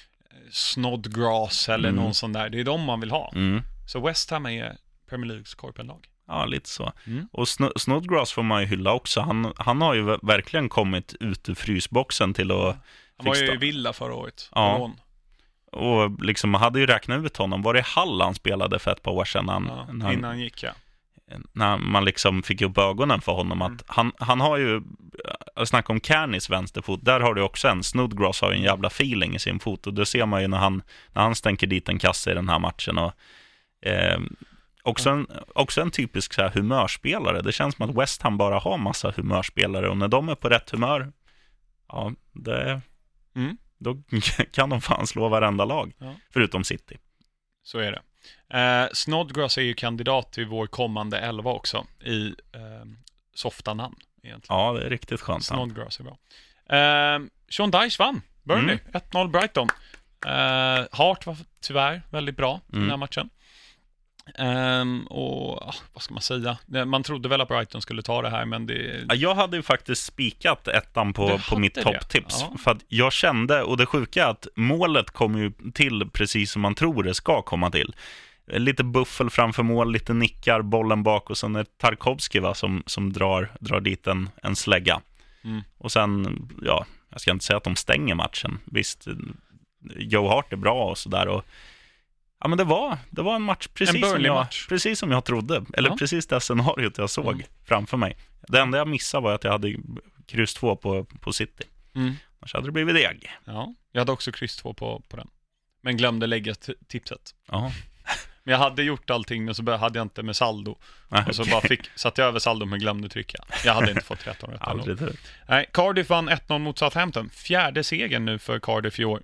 Speaker 2: Snodgrass eller mm. någon sån där. Det är de man vill ha. Mm. Så West Ham är Premier Leagues korpenlag.
Speaker 1: Ja, lite så. Mm. Och Sn- Snodgrass får man ju hylla också. Han, han har ju verkligen kommit ut ur frysboxen till att ja.
Speaker 2: Han var ju i Villa förra året.
Speaker 1: Ja. Och liksom man hade ju räknat ut honom. Var det Hall han spelade för ett par år sedan? Han,
Speaker 2: ja,
Speaker 1: när han,
Speaker 2: innan gick jag.
Speaker 1: När man liksom fick upp ögonen för honom. Mm. Att han, han har ju, jag snackar om Kearneys vänsterfot, där har du också en, Snodgrass har ju en jävla feeling i sin fot. Och det ser man ju när han, när han stänker dit en kasse i den här matchen. Och, eh, också, en, också en typisk så här humörspelare. Det känns som att West Ham bara har massa humörspelare. Och när de är på rätt humör, ja, det mm. då kan de fan slå varenda lag, ja. Förutom City.
Speaker 2: Så är det. Eh, Snodgrass är ju kandidat till vår kommande elva också i eh, softa namn egentligen.
Speaker 1: Ja, det är riktigt skönt.
Speaker 2: Snodgrass är bra. Eh, Sean Dyche vann. Burnley, mm. ett noll Brighton. Eh, Hart var tyvärr väldigt bra mm. i den här matchen. Um, och vad ska man säga? Man trodde väl att Brighton skulle ta det här, men det...
Speaker 1: Ja, jag hade ju faktiskt spikat ettan på, på mitt topptips. Ja. För att jag kände, och det sjuka är att målet kommer ju till precis som man tror det ska komma till. Lite buffel framför mål, lite nickar, bollen bak, och sen är Tarkovsky va, som, som drar, drar dit en, en slägga. Mm. Och sen, ja, jag ska inte säga att de stänger matchen. Visst, Joe Hart är bra och sådär, och ja, men det var, det var en match precis, en som, jag, match. precis som jag trodde. Eller ja. precis det scenariot jag såg mm. framför mig. Det enda jag missade var att jag hade kryss två på, på City. Mm. Annars hade det blivit deg.
Speaker 2: Ja, jag hade också kryss två på, på den. Men glömde lägga t- tipset. Ja. Men jag hade gjort allting, men så hade jag inte med saldo. Ah, och så okay. bara fick, satt jag över saldo men glömde trycka. Jag hade inte fått tretton rätt.
Speaker 1: Aldrig det.
Speaker 2: Nej, Cardiff vann ett noll mot Southampton. Fjärde segern nu för Cardiff i år.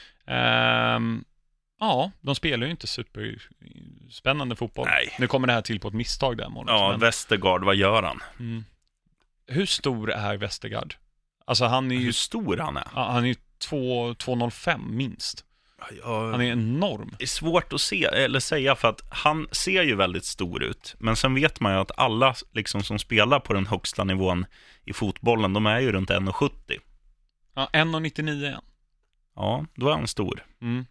Speaker 2: Ehm... Ja, de spelar ju inte superspännande fotboll.
Speaker 1: Nej.
Speaker 2: Nu kommer det här till på ett misstag där. Målet,
Speaker 1: ja, men... Westergaard, vad gör han?
Speaker 2: Mm. Hur stor är Westergaard? Alltså han är ju...
Speaker 1: Hur stor han är?
Speaker 2: Ja, han är ju två noll fem minst. Ja, han är enorm.
Speaker 1: Det är svårt att se, eller säga, för att han ser ju väldigt stor ut. Men sen vet man ju att alla liksom, som spelar på den högsta nivån i fotbollen, de är ju runt en sjuttio.
Speaker 2: Ja, en nittionio igen.
Speaker 1: Ja, då är han stor.
Speaker 2: Mm.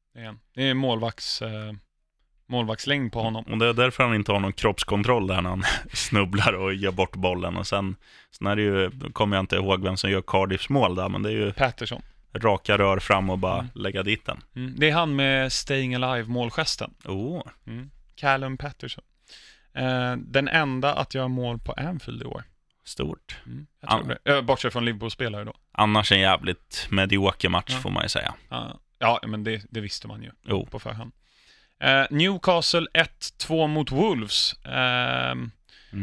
Speaker 2: Det är målvakts, eh, målvaktslängd på honom.
Speaker 1: Och det är därför han inte har någon kroppskontroll där när han snubblar och ger bort bollen. Och sen, sen är det ju, kommer jag inte ihåg vem som gör Cardiffs mål där, men det är ju
Speaker 2: Patterson.
Speaker 1: Raka rör fram och bara mm. lägga dit den.
Speaker 2: Mm. Det är han med Staying Alive-målgesten.
Speaker 1: Oh.
Speaker 2: Mm. Callum Patterson. Eh, den enda att göra mål på Anfield i år.
Speaker 1: Stort.
Speaker 2: Mm, jag tror An- det. Bortsett från Liverpool-spelare då.
Speaker 1: Annars en jävligt medioker match ja. får man ju säga.
Speaker 2: Ja. Ja, men det, det visste man ju
Speaker 1: oh.
Speaker 2: på förhand. Eh, Newcastle ett två mot Wolves. Eh,
Speaker 1: mm,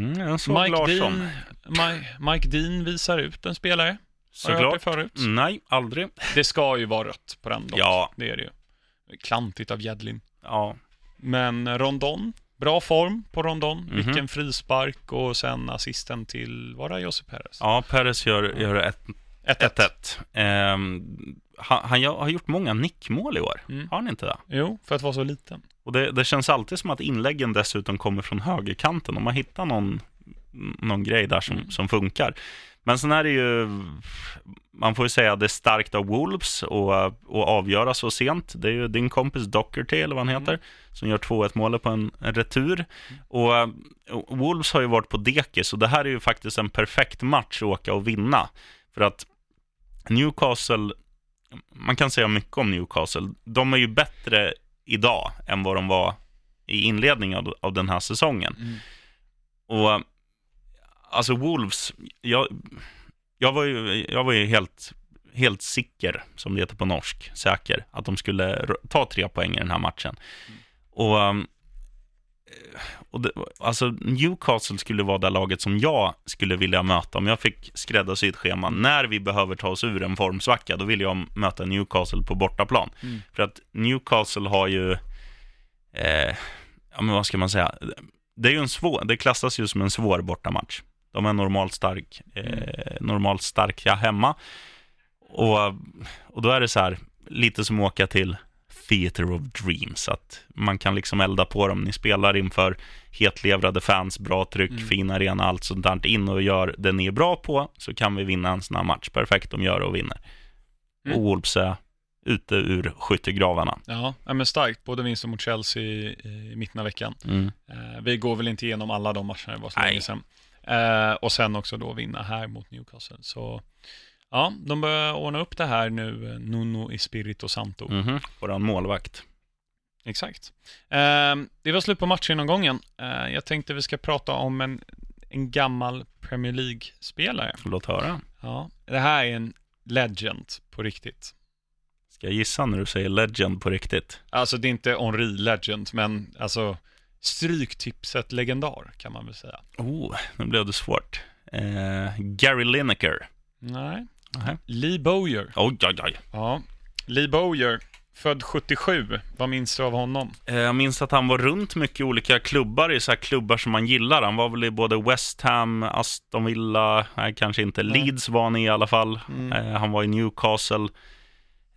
Speaker 2: Mike, Dean, Mike, Mike Dean visar ut en spelare.
Speaker 1: Såklart.
Speaker 2: Förut?
Speaker 1: Nej, aldrig.
Speaker 2: Det ska ju vara rött på den dock.
Speaker 1: Ja.
Speaker 2: Det är det ju. Klantigt av Jedlin.
Speaker 1: Ja.
Speaker 2: Men Rondon, bra form på Rondon. Mm-hmm. Vilken frispark och sen assisten till, var det Josep Perez?
Speaker 1: Ja, Perez gör, gör ett ett ett. Um, han, han har gjort många nickmål i år. Mm. Har han inte det?
Speaker 2: Jo, för att vara så liten.
Speaker 1: Och det, det känns alltid som att inläggen dessutom kommer från högerkanten. Om man hittar någon, någon grej där som, mm. som funkar. Men sen är det ju, man får ju säga det är starkt av Wolves och, och avgöra så sent. Det är ju din kompis Doherty, eller vad han heter, mm. som gör två ett mål på en, en retur. Mm. Och, och Wolves har ju varit på dekis, och det här är ju faktiskt en perfekt match att åka och vinna. För att Newcastle, man kan säga mycket om Newcastle, de är ju bättre idag än vad de var i inledningen av, av den här säsongen. Mm. Och alltså Wolves, jag, jag var ju, jag var ju helt, helt säker, som det heter på norsk, säker, att de skulle ta tre poäng i den här matchen. Mm. Och, och det, alltså Newcastle skulle vara det laget som jag skulle vilja möta om jag fick skräddarsy ett schema. När vi behöver ta oss ur en formsvacka, då vill jag möta Newcastle på bortaplan. Mm. För att Newcastle har ju eh, ja, men vad ska man säga, det är ju en svår, det klassas ju som en svår bortamatch. De är normalt stark eh, normalt starka hemma. Och, och då är det så här, lite som att åka till Theater of Dreams, att man kan liksom elda på dem. Ni spelar inför hetlevrade fans, bra tryck, mm. fin arena, allt sånt där, in och gör det ni är bra på, så kan vi vinna en sån här match. Perfekt, de gör och vinner. Mm. Och Wolves är ute ur skyttegravarna.
Speaker 2: Ja, men starkt. Både vinst mot Chelsea i, i mitten av veckan. Mm. Eh, vi går väl inte igenom alla de matcherna, det var så länge sedan. Eh, och sen också då vinna här mot Newcastle. Så ja, de börjar ordna upp det här nu, Nuno Espirito Santo.
Speaker 1: Mm-hmm. Våran målvakt.
Speaker 2: Exakt. Eh, det var slut på matchgenomgången. Eh, jag tänkte vi ska prata om en, en gammal Premier League-spelare.
Speaker 1: Låt höra.
Speaker 2: Ja, det här är en legend på riktigt.
Speaker 1: Ska jag gissa när du säger legend på riktigt?
Speaker 2: Alltså det är inte Henri legend, men alltså stryktipset legendar kan man väl säga.
Speaker 1: Oh, nu blev det svårt. Eh, Gary Lineker.
Speaker 2: Nej. Uh-huh. Lee Bowyer.
Speaker 1: Oj, oj, oj.
Speaker 2: Ja. Lee Bowyer, född sjuttiosju. Vad minns du av honom?
Speaker 1: Eh, jag minns att han var runt mycket olika klubbar, i så här klubbar som man gillar. Han var väl i både West Ham, Aston Villa, nej, kanske inte. Mm. Leeds var han i alla fall. Mm. Eh, han var i Newcastle.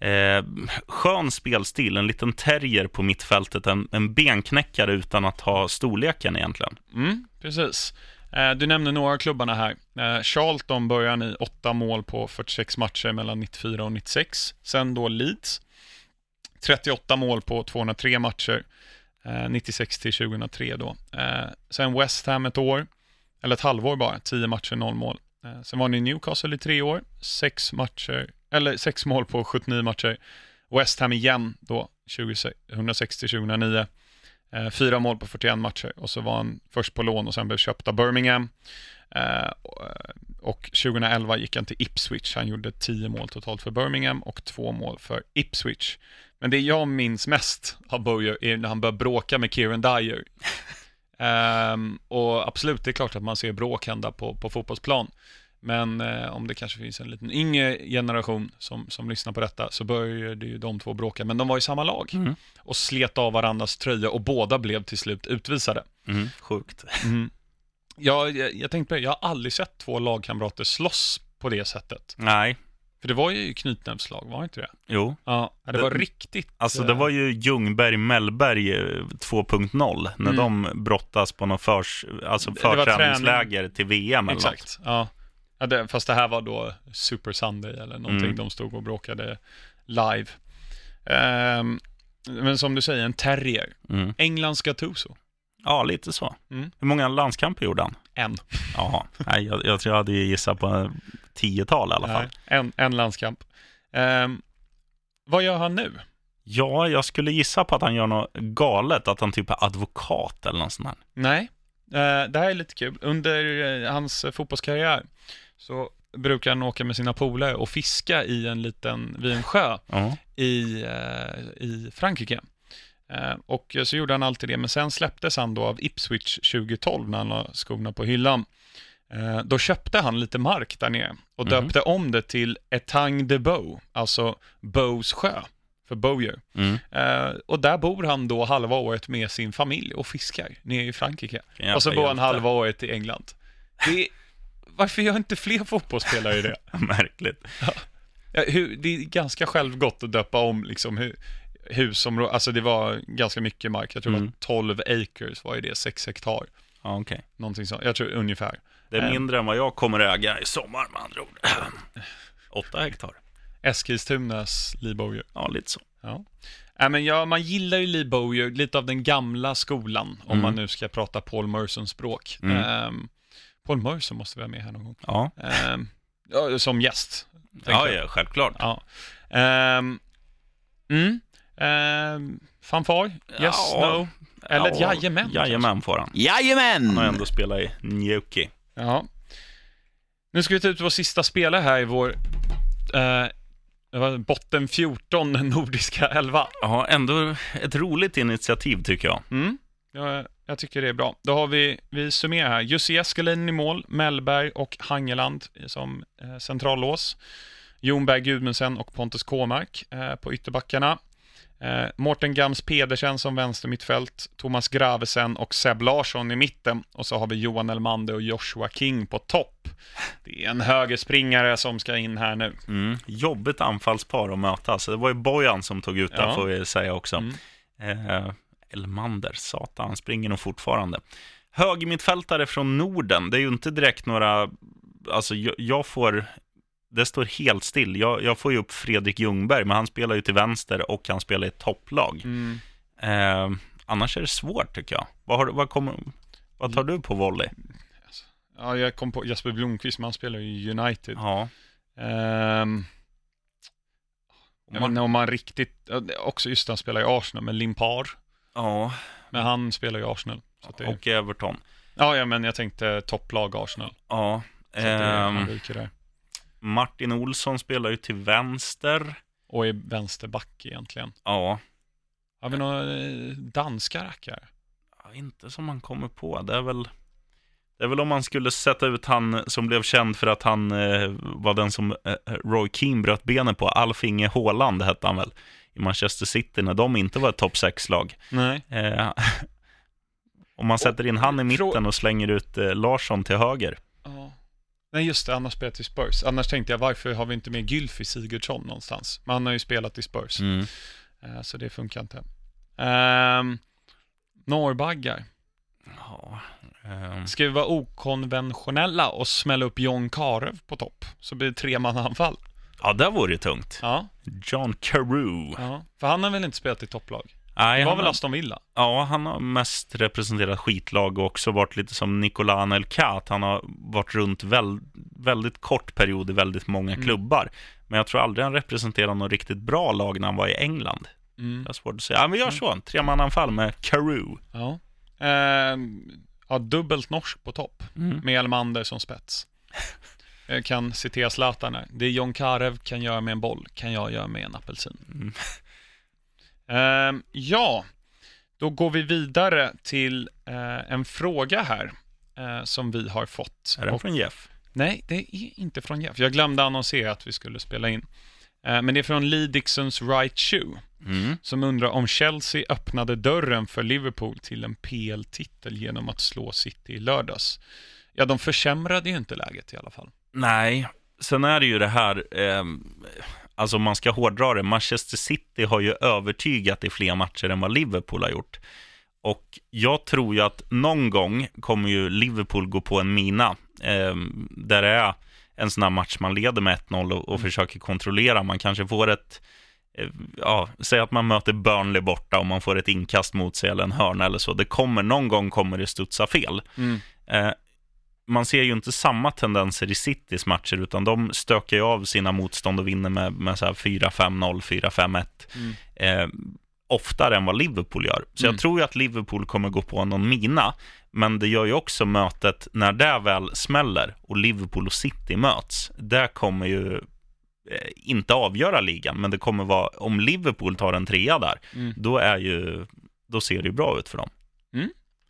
Speaker 1: Eh, skön spelstil, en liten terrier på mittfältet, en, en benknäckare utan att ha storleken egentligen.
Speaker 2: Mm, precis. Eh, du nämnde några av klubbarna här. Eh, Charlton börjar i åtta mål på fyrtiosex matcher mellan nittiofyra och nittiosex. Sen då Leeds, trettioåtta mål på tvåhundratre matcher, eh, nittiosex till tjugohundratre då. Eh, sen West Ham ett år, eller ett halvår bara, tio matcher, noll mål. Eh, sen var ni Newcastle i tre år, sex matcher, eller sex mål på sjuttionio matcher. West Ham igen då, tjugohundrasex till tjugohundranio. Eh, fyra mål på fyrtioen matcher. Och så var han först på lån och sen blev köpt av Birmingham. Eh, och tjugohundraelva gick han till Ipswich. Han gjorde tio mål totalt för Birmingham och två mål för Ipswich. Men det jag minns mest av Bowyer är när han började bråka med Kieran Dyer. Um, och absolut, det är klart att man ser bråk hända på, på fotbollsplan. Men eh, om det kanske finns en liten yngre generation som, som lyssnar på detta, så började ju de två bråka. Men de var i samma lag
Speaker 1: Mm.
Speaker 2: och slet av varandras tröja och båda blev till slut utvisade.
Speaker 1: Mm, sjukt.
Speaker 2: Mm. Jag, jag, jag tänkte på det, jag har aldrig sett två lagkamrater slåss på det sättet.
Speaker 1: Nej,
Speaker 2: För det var ju knytnävslag, var inte det?
Speaker 1: jo.
Speaker 2: Ja, det,
Speaker 1: Det-
Speaker 2: var riktigt...
Speaker 1: Alltså det var ju Ljungberg-Mellberg eh, två punkt noll när
Speaker 2: Mm.
Speaker 1: de brottas på någon förs, alltså
Speaker 2: Det var
Speaker 1: förträningsläger till V M eller något.
Speaker 2: Exakt, ja. Ja, det, fast det här var då Super Sunday eller någonting.
Speaker 1: Mm.
Speaker 2: De stod och bråkade live. Ehm, men som du säger, en terrier.
Speaker 1: Mm.
Speaker 2: Englands Gattuso.
Speaker 1: Ja, lite så.
Speaker 2: Mm.
Speaker 1: Hur många landskamper gjorde han?
Speaker 2: En.
Speaker 1: Jaha, nej, jag, jag tror jag hade gissat på tiotal i alla fall.
Speaker 2: Nej, en, en landskamp. Ehm, vad gör han nu?
Speaker 1: Ja, jag skulle gissa på att han gör något galet, att han typ är advokat eller något sånt där.
Speaker 2: Nej, eh, det här är lite kul. Under eh, hans eh, fotbollskarriär så brukar han åka med sina polare och fiska i en liten, vid en sjö
Speaker 1: Ja.
Speaker 2: i, eh, i Frankrike. Eh, och så gjorde han alltid det, men sen släpptes han då av Ipswich tjugohundratolv när han la skorna på hyllan. Eh, då köpte han lite mark där nere och
Speaker 1: Mhm.
Speaker 2: döpte om det till Etang de Bow, alltså Bows sjö, för Bowyer.
Speaker 1: Mm.
Speaker 2: Eh, och där bor han då halva året med sin familj och fiskar nere i Frankrike.
Speaker 1: Jävla
Speaker 2: Och så bor han
Speaker 1: hjälte.
Speaker 2: halva året i England. Det är, varför gör inte fler fotbollsspelare det?
Speaker 1: Märkligt.
Speaker 2: Ja, hur, det är ganska självgott att döpa om liksom hu, husområden. Alltså det var ganska mycket mark. Jag tror det
Speaker 1: Mm.
Speaker 2: var tolv acres, var ju det, sex hektar.
Speaker 1: Ja, okej.
Speaker 2: Någonting sånt. Jag tror ungefär.
Speaker 1: Det är
Speaker 2: Eh.
Speaker 1: mindre än vad jag kommer äga i sommar med andra ord. Åtta hektar.
Speaker 2: Eskilstunas Lee Bowyer.
Speaker 1: Ja, lite så.
Speaker 2: Ja. Äh, men ja, man gillar ju Lee Bowyer, lite av den gamla skolan, om
Speaker 1: Mm.
Speaker 2: man nu ska prata Paul Mersons språk.
Speaker 1: Mm.
Speaker 2: Ehm, Paul Merson måste vara med här någon gång.
Speaker 1: Ja,
Speaker 2: Ehm, ja, som gäst. tänker
Speaker 1: ja,
Speaker 2: jag.
Speaker 1: ja självklart.
Speaker 2: Ja. Ehm, mm. Ehm, fanfar? Yes,
Speaker 1: Ja.
Speaker 2: no? Eller ett
Speaker 1: Ja,
Speaker 2: jajamän?
Speaker 1: Jajamän får han.
Speaker 3: Jajamän!
Speaker 1: Han har ändå spelat i Newquay.
Speaker 2: Ja. Nu ska vi ta ut vår sista spelare här i vår eh, det var botten fjorton nordiska elva.
Speaker 1: Ja, ändå ett roligt initiativ tycker jag.
Speaker 2: Mm. Ja, jag tycker det är bra. Då har vi, vi summerar här. Jussi Eskelinen i mål, Mellberg och Hangeland som eh, centrallås. Jonberg, Gudmundsen och Pontus Kåmark eh, på ytterbackarna. Eh, Morten Gams Pedersen som vänster mittfält, Thomas Gravesen och Seb Larsson i mitten. Och så har vi Johan Elmander och Joshua King på topp. Det är en högerspringare som ska in här nu.
Speaker 1: Mm. Jobbigt anfallspar att möta. Så det var ju Bojan som tog ut det,
Speaker 2: Ja.
Speaker 1: får vi säga också.
Speaker 2: Mm.
Speaker 1: Eh, Elmander, satan, han springer nog fortfarande. Högermittfältare från Norden, det är ju inte direkt några... Alltså jag, jag får... Det står helt still. Jag, jag får ju upp Fredrik Ljungberg, men han spelar ju till vänster och han spelar i ett topplag.
Speaker 2: Mm.
Speaker 1: Eh, annars är det svårt tycker jag. Vad, har, du- vad, kommer, vad tar du på volley?
Speaker 2: Ja, jag kom på Jesper Blomqvist, men han spelar ju United.
Speaker 1: Ja.
Speaker 2: Ehm, jag vet inte om man riktigt... ja, det- Också just han spelar i Arsenal med Limpar.
Speaker 1: Ja,
Speaker 2: Men han spelar i Arsenal. Så att det,
Speaker 1: och Everton.
Speaker 2: ja, ja, men jag tänkte topplag Arsenal.
Speaker 1: Ja.
Speaker 2: Så att det,
Speaker 1: ehm,
Speaker 2: han ryker där.
Speaker 1: Martin Olsson spelar ju till vänster.
Speaker 2: Och är vänsterback egentligen.
Speaker 1: Ja.
Speaker 2: Har vi några eh, danska rackare?
Speaker 1: Ja, inte som man kommer på. Det är väl det är väl om man skulle sätta ut han som blev känd för att han eh, var den som eh, Roy Keane bröt benen på. Alf Inge Haaland hette han väl i Manchester City när de inte var ett topp sex-lag.
Speaker 2: Nej.
Speaker 1: Eh, om man sätter in han i mitten och slänger ut eh, Larsson till höger.
Speaker 2: Ja. Nej just det, annars spelat i Spurs. Annars tänkte jag, varför har vi inte med Gylfi Sigurdsson någonstans? Men han har ju spelat i Spurs.
Speaker 1: Mm.
Speaker 2: Uh, så det funkar inte. Um, Norrbaggar.
Speaker 1: Ja, um...
Speaker 2: Ska vi vara okonventionella och smälla upp John Karev på topp? Så blir det tre man anfall.
Speaker 1: Ja, det vore ju tungt.
Speaker 2: Ja.
Speaker 1: John Carew.
Speaker 2: Ja, för han har väl inte spelat i topplag?
Speaker 1: Nej,
Speaker 2: det var
Speaker 1: han
Speaker 2: väl
Speaker 1: har...
Speaker 2: Aston Villa?
Speaker 1: Ja, han har mest representerat skitlag och också varit lite som Nicolas Anelka. Han har varit runt väl, väldigt kort period i väldigt många mm. klubbar. Men jag tror aldrig han representerade något riktigt bra lag när han var i England. Mm. Det är svårt att säga. Ja, vi gör mm. så. Tre mananfall med Carew.
Speaker 2: Ja. Eh, ja, dubbelt norsk på topp. Mm. Med Elmander som spets. Jag kan citera Zlatan här. Det John Karev kan göra med en boll kan jag göra med en apelsin. Mm. Uh, ja, då går vi vidare till uh, en fråga här uh, som vi har fått.
Speaker 1: Är den från Jeff?
Speaker 2: Nej, det är inte från Jeff. Jag glömde annonsera att vi skulle spela in. Uh, men det är från Lee Dixons Right Shoe. Mm. Som undrar om Chelsea öppnade dörren för Liverpool till en P L-titel genom att slå City i lördags. Ja, de försämrade ju inte läget i alla fall.
Speaker 1: Nej, sen är det ju det här... Eh... Alltså om man ska hårdra det, Manchester City har ju övertygat i fler matcher än vad Liverpool har gjort. Och jag tror ju att någon gång kommer ju Liverpool gå på en mina. Eh, där det är en sån här match man leder med ett noll och, och mm. försöker kontrollera. Man kanske får ett, eh, ja, säg att man möter Burnley borta och man får ett inkast mot sig eller en hörna eller så. Det kommer, någon gång kommer det studsa fel. Mm. Eh, Man ser ju inte samma tendenser i Citys matcher utan de stökar ju av sina motstånd och vinner med, med så här fyra fem noll, fyra fem ett mm. eh, oftare än vad Liverpool gör. Så mm. jag tror ju att Liverpool kommer gå på någon mina, men det gör ju också mötet när det väl smäller och Liverpool och City möts. Det kommer ju eh, inte avgöra ligan, men det kommer vara, om Liverpool tar en trea där, mm. då, är ju, då ser det ju bra ut för dem.
Speaker 2: Mm.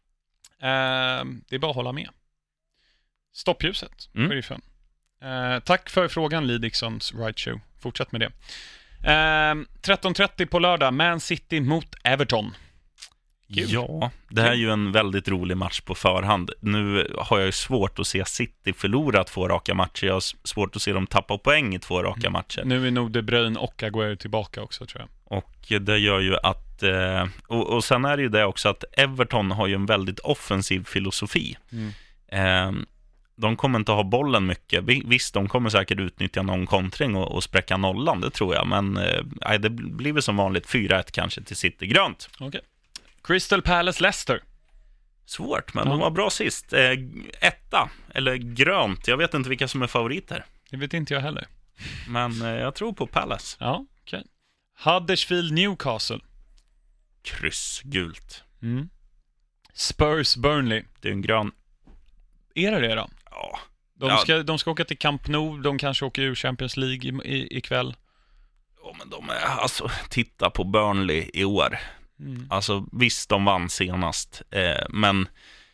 Speaker 2: Eh, det är bara att hålla med. Stoppljuset, mm. sheriffen. Eh, tack för frågan, Lee Dixons Right Show. Fortsätt med det. Eh, tretton trettio på lördag, Man City mot Everton.
Speaker 1: Kul. Ja, det här är ju en väldigt rolig match på förhand. Nu har jag ju svårt att se City förlora två raka matcher. Jag har svårt att se dem tappa poäng i två raka mm. matcher.
Speaker 2: Nu är nog De Bruyne och Aguero tillbaka också, tror jag.
Speaker 1: Och det gör ju att... Eh, och, och sen är det ju det också att Everton har ju en väldigt offensiv filosofi. Mm. Eh, De kommer inte ha bollen mycket. Visst, de kommer säkert utnyttja någon kontring och, och spräcka nollan, det tror jag. Men eh, det blir väl som vanligt fyra ett kanske till City. Grönt.
Speaker 2: Okay. Crystal Palace Leicester.
Speaker 1: Svårt, men ja. de var bra sist. Eh, etta, eller grönt. Jag vet inte vilka som är favoriter.
Speaker 2: Det vet inte jag heller.
Speaker 1: Men eh, jag tror på Palace.
Speaker 2: Ja, okej. Okay. Huddersfield Newcastle.
Speaker 1: Kryss, gult.
Speaker 2: Mm. Spurs Burnley.
Speaker 1: Det är en grön.
Speaker 2: Är det det då?
Speaker 1: Ja.
Speaker 2: De ska, de ska åka till Camp Nou. De kanske åker ur Champions League i, i, ikväll.
Speaker 1: Ja, men de är, alltså, titta på Burnley i år. Mm. Alltså, visst, de vann senast. Eh, men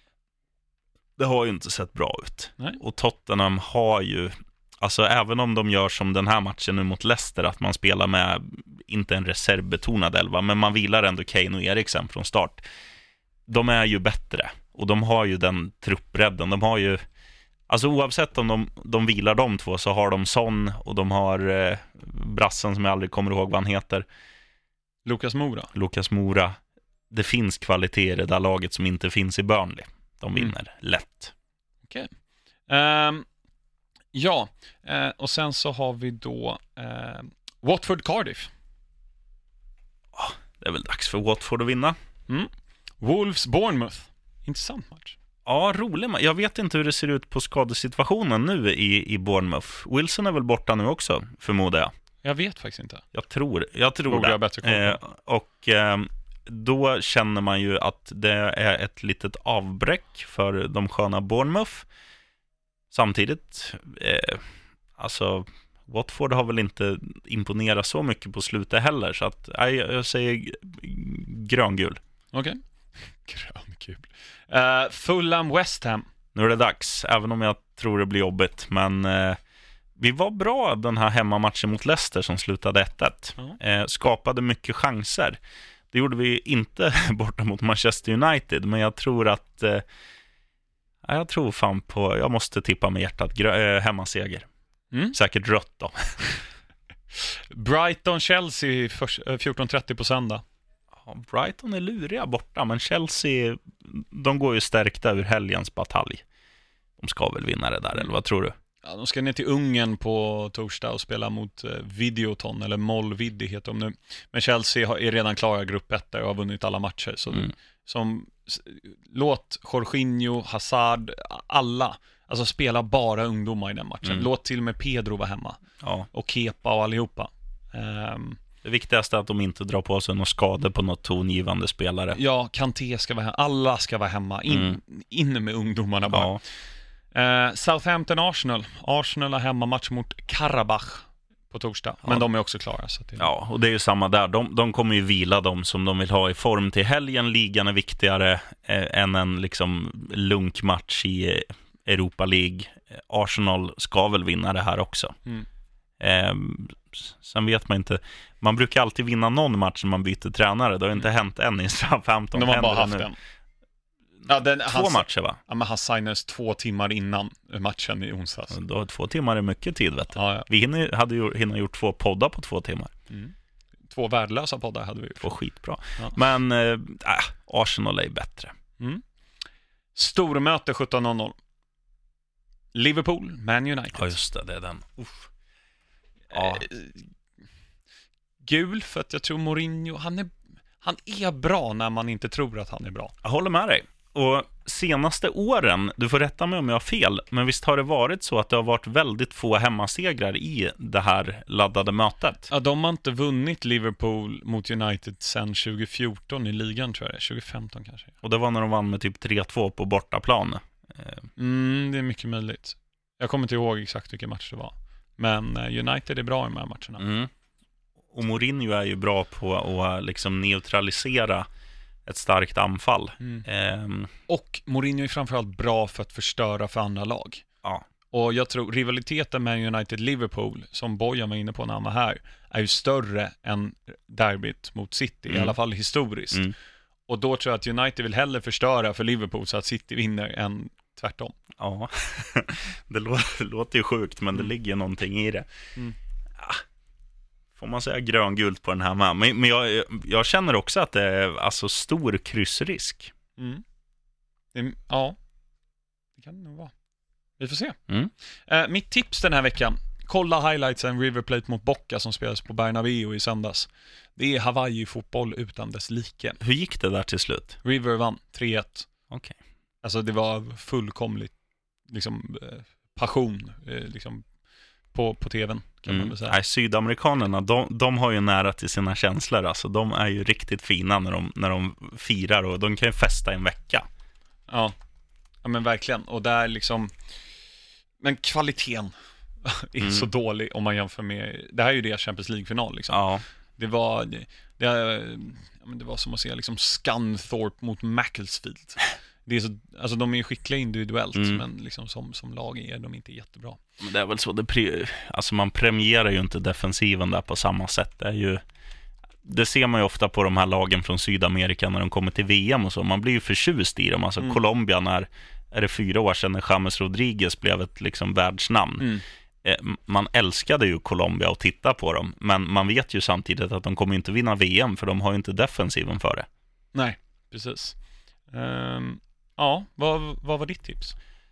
Speaker 1: det har ju inte sett bra ut.
Speaker 2: Nej.
Speaker 1: Och Tottenham har ju, alltså även om de gör som den här matchen nu mot Leicester, att man spelar med, inte en reservbetonad elva, men man vilar ändå Kane och Eriksen från start. De är ju bättre. Och de har ju den truppbredden. De har ju, alltså oavsett om de, de vilar de två, så har de Son och de har eh, brassen som jag aldrig kommer ihåg vad han heter.
Speaker 2: Lucas Moura.
Speaker 1: Lucas Moura. Det finns kvalitet i det där laget som inte finns i Burnley. De vinner mm. lätt.
Speaker 2: Okej. Okay. Um, ja, uh, och sen så har vi då uh, Watford Cardiff.
Speaker 1: Oh, det är väl dags för Watford att vinna.
Speaker 2: Mm. Wolves Bournemouth. Intressant match.
Speaker 1: Ja, rolig match. Jag vet inte hur det ser ut på skadesituationen nu i, i Bournemouth. Wilson är väl borta nu också, förmodar jag.
Speaker 2: Jag vet faktiskt inte.
Speaker 1: Jag tror, jag tror
Speaker 2: det. Jag bättre
Speaker 1: eh, och eh, då känner man ju att det är ett litet avbräck för de sköna Bournemouth. Samtidigt, eh, alltså Watford har väl inte imponerat så mycket på slutet heller. Så att, nej, jag säger gröngul.
Speaker 2: Okej. Okay. Gröngul. Uh, Fulham West Ham.
Speaker 1: Nu är det dags, även om jag tror det blir jobbigt. Men eh, vi var bra den här hemmamatchen mot Leicester som slutade ett ett. Mm. Eh, skapade mycket chanser. Det gjorde vi inte borta mot Manchester United. Men jag tror att eh, Ja, jag tror fan på, jag måste tippa med hjärtat, Grö- äh, hemmaseger.
Speaker 2: Mm.
Speaker 1: Säkert rött då.
Speaker 2: Brighton-Chelsea fjorton trettio på söndag.
Speaker 1: Ja, Brighton är luriga borta, men Chelsea, de går ju stärkta ur helgens batalj. De ska väl vinna det där, eller vad tror du?
Speaker 2: Ja, de ska ner till Ungern på torsdag och spela mot eh, Videoton, eller Molvidi heter de nu. Men Chelsea har, är redan klara grupp ett och har vunnit alla matcher. Så
Speaker 1: Mm.
Speaker 2: som, s- låt Jorginho, Hazard, alla, alltså spela bara ungdomar i den matchen.
Speaker 1: Mm.
Speaker 2: Låt till och med Pedro vara hemma.
Speaker 1: Ja.
Speaker 2: Och Kepa och allihopa. Ehm,
Speaker 1: Det viktigaste är att de inte drar på sig några skador på något tongivande spelare.
Speaker 2: ja, Kanté ska vara hemma. Alla ska vara hemma. In,
Speaker 1: Mm.
Speaker 2: in med ungdomarna bara.
Speaker 1: Ja.
Speaker 2: Eh, Southampton-Arsenal. Arsenal har hemmamatch mot Karabach på torsdag.
Speaker 1: Ja.
Speaker 2: Men de är också klara. Så att det...
Speaker 1: Ja, och det är ju samma där. De, de kommer ju vila dem som de vill ha i form till helgen. Ligan är viktigare eh, än en liksom lunkmatch i eh, Europa League. Eh, Arsenal ska väl vinna det här också.
Speaker 2: Mm.
Speaker 1: Eh, sen vet man inte. Man brukar alltid vinna någon match när man byter tränare. Det har ju inte hänt än i Southampton.
Speaker 2: De har
Speaker 1: Händer
Speaker 2: bara
Speaker 1: det
Speaker 2: haft
Speaker 1: nu?
Speaker 2: en. Ja, den,
Speaker 1: Två
Speaker 2: han,
Speaker 1: matcher, va?
Speaker 2: Ja, men han signades två timmar innan matchen i onsdags.
Speaker 1: Då, två timmar är mycket tid, vet du.
Speaker 2: Ja, ja.
Speaker 1: Vi hinner, hade ju hinner gjort två poddar på två timmar.
Speaker 2: Mm. Två värdelösa poddar hade vi gjort.
Speaker 1: Två skitbra.
Speaker 2: Ja.
Speaker 1: Men äh, Arsenal är bättre.
Speaker 2: Mm. Stormöte sjutton noll noll. Liverpool, Man United.
Speaker 1: Ja, just det, det är den. Uff. Ja.
Speaker 2: Eh, gul, för att jag tror Mourinho, han är, han är bra när man inte tror att han är bra.
Speaker 1: Jag håller med dig. Och senaste åren, du får rätta mig om jag har fel, men visst har det varit så att det har varit väldigt få hemmasegrar i det här laddade mötet?
Speaker 2: Ja, de har inte vunnit Liverpool mot United sedan tjugo fjorton i ligan, tror jag det är. tjugo femton kanske.
Speaker 1: Och det var när de vann med typ tre två på bortaplan.
Speaker 2: Mm, det är mycket möjligt. Jag kommer inte ihåg exakt vilken match det var. Men United är bra i de här matcherna.
Speaker 1: Mm. Och Mourinho är ju bra på att liksom neutralisera ett starkt anfall.
Speaker 2: Mm.
Speaker 1: Ehm,
Speaker 2: Och Mourinho är framförallt bra för att förstöra för andra lag.
Speaker 1: ja.
Speaker 2: Och jag tror rivaliteten med United-Liverpool, som Bojan var inne på när han var här, är ju större än derbyt mot City,
Speaker 1: Mm.
Speaker 2: i alla fall historiskt.
Speaker 1: Mm.
Speaker 2: Och då tror jag att United vill hellre förstöra för Liverpool så att City vinner än tvärtom.
Speaker 1: Ja, det låter, det låter ju sjukt, men det
Speaker 2: Mm.
Speaker 1: ligger någonting i det.
Speaker 2: Mm.
Speaker 1: Ja, får man säga gröngult på den här med. Men, men jag, jag känner också att det är alltså stor kryssrisk.
Speaker 2: Mm. Det, ja, det kan det nog vara. Vi får se.
Speaker 1: Mm.
Speaker 2: Eh, mitt tips den här veckan: kolla highlightsen River Plate mot Boca som spelas på Bernabéu i söndags. Det är Hawaii-fotboll utan dess like.
Speaker 1: Hur gick det där till slut?
Speaker 2: River vann tre ett.
Speaker 1: Okej.
Speaker 2: Alltså det var fullkomligt liksom, eh, passion eh, liksom, på, på tvn, kan man
Speaker 1: Mm.
Speaker 2: väl säga.
Speaker 1: Nej, sydamerikanerna, de, de har ju nära till sina känslor. Alltså, de är ju riktigt fina när de, när de firar, och de kan ju festa en vecka.
Speaker 2: Ja. Ja, men verkligen. Och där liksom, men kvaliteten är
Speaker 1: Mm.
Speaker 2: så dålig om man jämför med, det här är ju deras Champions League-final liksom.
Speaker 1: Ja,
Speaker 2: Det var det, det, ja, men det var som att se liksom Scunthorpe mot Macclesfield. Det är så, alltså de är ju skickliga individuellt,
Speaker 1: Mm.
Speaker 2: men liksom som, som lag är de inte jättebra.
Speaker 1: men det är väl så. Det pre, alltså man premierar ju inte defensiven där på samma sätt. Det är ju, det ser man ju ofta på de här lagen från Sydamerika när de kommer till V M och så. Man blir ju förtjust i dem. Alltså
Speaker 2: Mm.
Speaker 1: Colombia, när är det fyra år sedan när James Rodriguez blev ett liksom världsnamn.
Speaker 2: Mm.
Speaker 1: Eh, Man älskade ju Colombia och titta på dem, men man vet ju samtidigt att de kommer inte vinna V M, för de har ju inte defensiven för det.
Speaker 2: Nej, precis. Ehm, ja, vad, vad var ditt tips?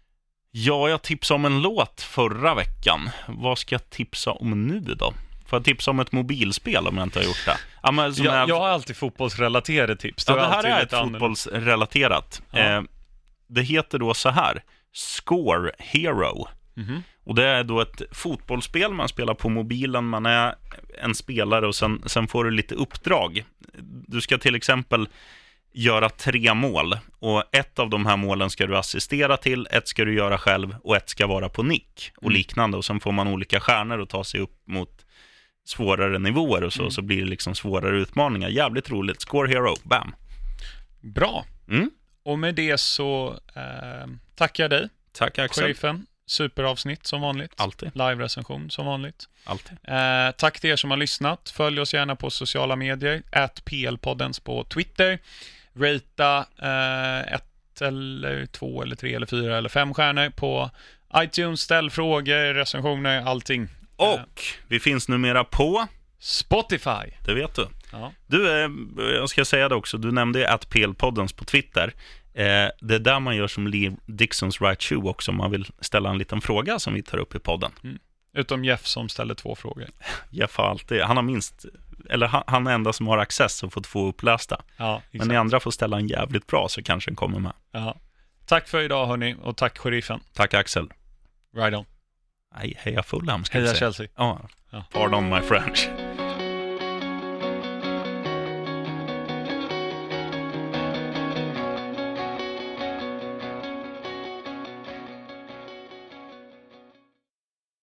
Speaker 1: Ja, jag tipsade om en låt förra veckan. Vad ska jag tipsa om nu då? Får jag tipsa om ett mobilspel om jag inte har gjort det? Ja, men som
Speaker 2: Jag,
Speaker 1: är...
Speaker 2: jag har alltid fotbollsrelaterade tips.
Speaker 1: ja,
Speaker 2: Du
Speaker 1: det
Speaker 2: har
Speaker 1: här
Speaker 2: alltid
Speaker 1: är ett
Speaker 2: lite annorlunda.
Speaker 1: fotbollsrelaterat.
Speaker 2: Ja.
Speaker 1: Eh, det heter då så här: Score Hero.
Speaker 2: Mhm.
Speaker 1: Och det är då ett fotbollsspel man spelar på mobilen. Man är en spelare och sen, sen får du lite uppdrag. Du ska till exempel göra tre mål, och ett av de här målen ska du assistera till, ett ska du göra själv och ett ska vara på nick och
Speaker 2: Mm.
Speaker 1: liknande. Och sen får man olika stjärnor och ta sig upp mot svårare nivåer och så,
Speaker 2: Mm.
Speaker 1: så blir det liksom svårare utmaningar. Jävligt roligt. Score Hero, bam.
Speaker 2: Bra.
Speaker 1: Mm.
Speaker 2: Och med det så eh, tackar jag dig,
Speaker 1: Tack Axel.
Speaker 2: Sheriffen. Superavsnitt som vanligt.
Speaker 1: Alltid,
Speaker 2: Live-recension som vanligt.
Speaker 1: alltid.
Speaker 2: Eh, tack till er som har lyssnat. Följ oss gärna på sociala medier. at P L-poddens på Twitter. Rata eh, ett ett eller två eller tre eller fyra eller fem stjärnor på iTunes. Ställ frågor, recensioner, allting.
Speaker 1: Och vi finns numera på
Speaker 2: Spotify.
Speaker 1: Det vet du.
Speaker 2: Ja.
Speaker 1: Du, eh, jag ska säga det också. Du nämnde ju att P L-poddens på Twitter. Eh, det är där man gör som Lee Dixons Right Shoe också. Om man vill ställa en liten fråga som vi tar upp i podden.
Speaker 2: Mm. Utom Jeff som ställer två frågor.
Speaker 1: Jeff har alltid, han har minst, eller han, han är enda som har access och får två upplästa.
Speaker 2: Ja,
Speaker 1: men ni andra får ställa en jävligt bra så kanske den kommer med.
Speaker 2: Ja. Tack för idag hörni, och tack sheriffen.
Speaker 1: Tack Axel.
Speaker 2: Right on.
Speaker 1: Nej, heja Fulham ska
Speaker 2: Heja
Speaker 1: vi säga.
Speaker 2: Chelsea.
Speaker 1: Ja, pardon my French.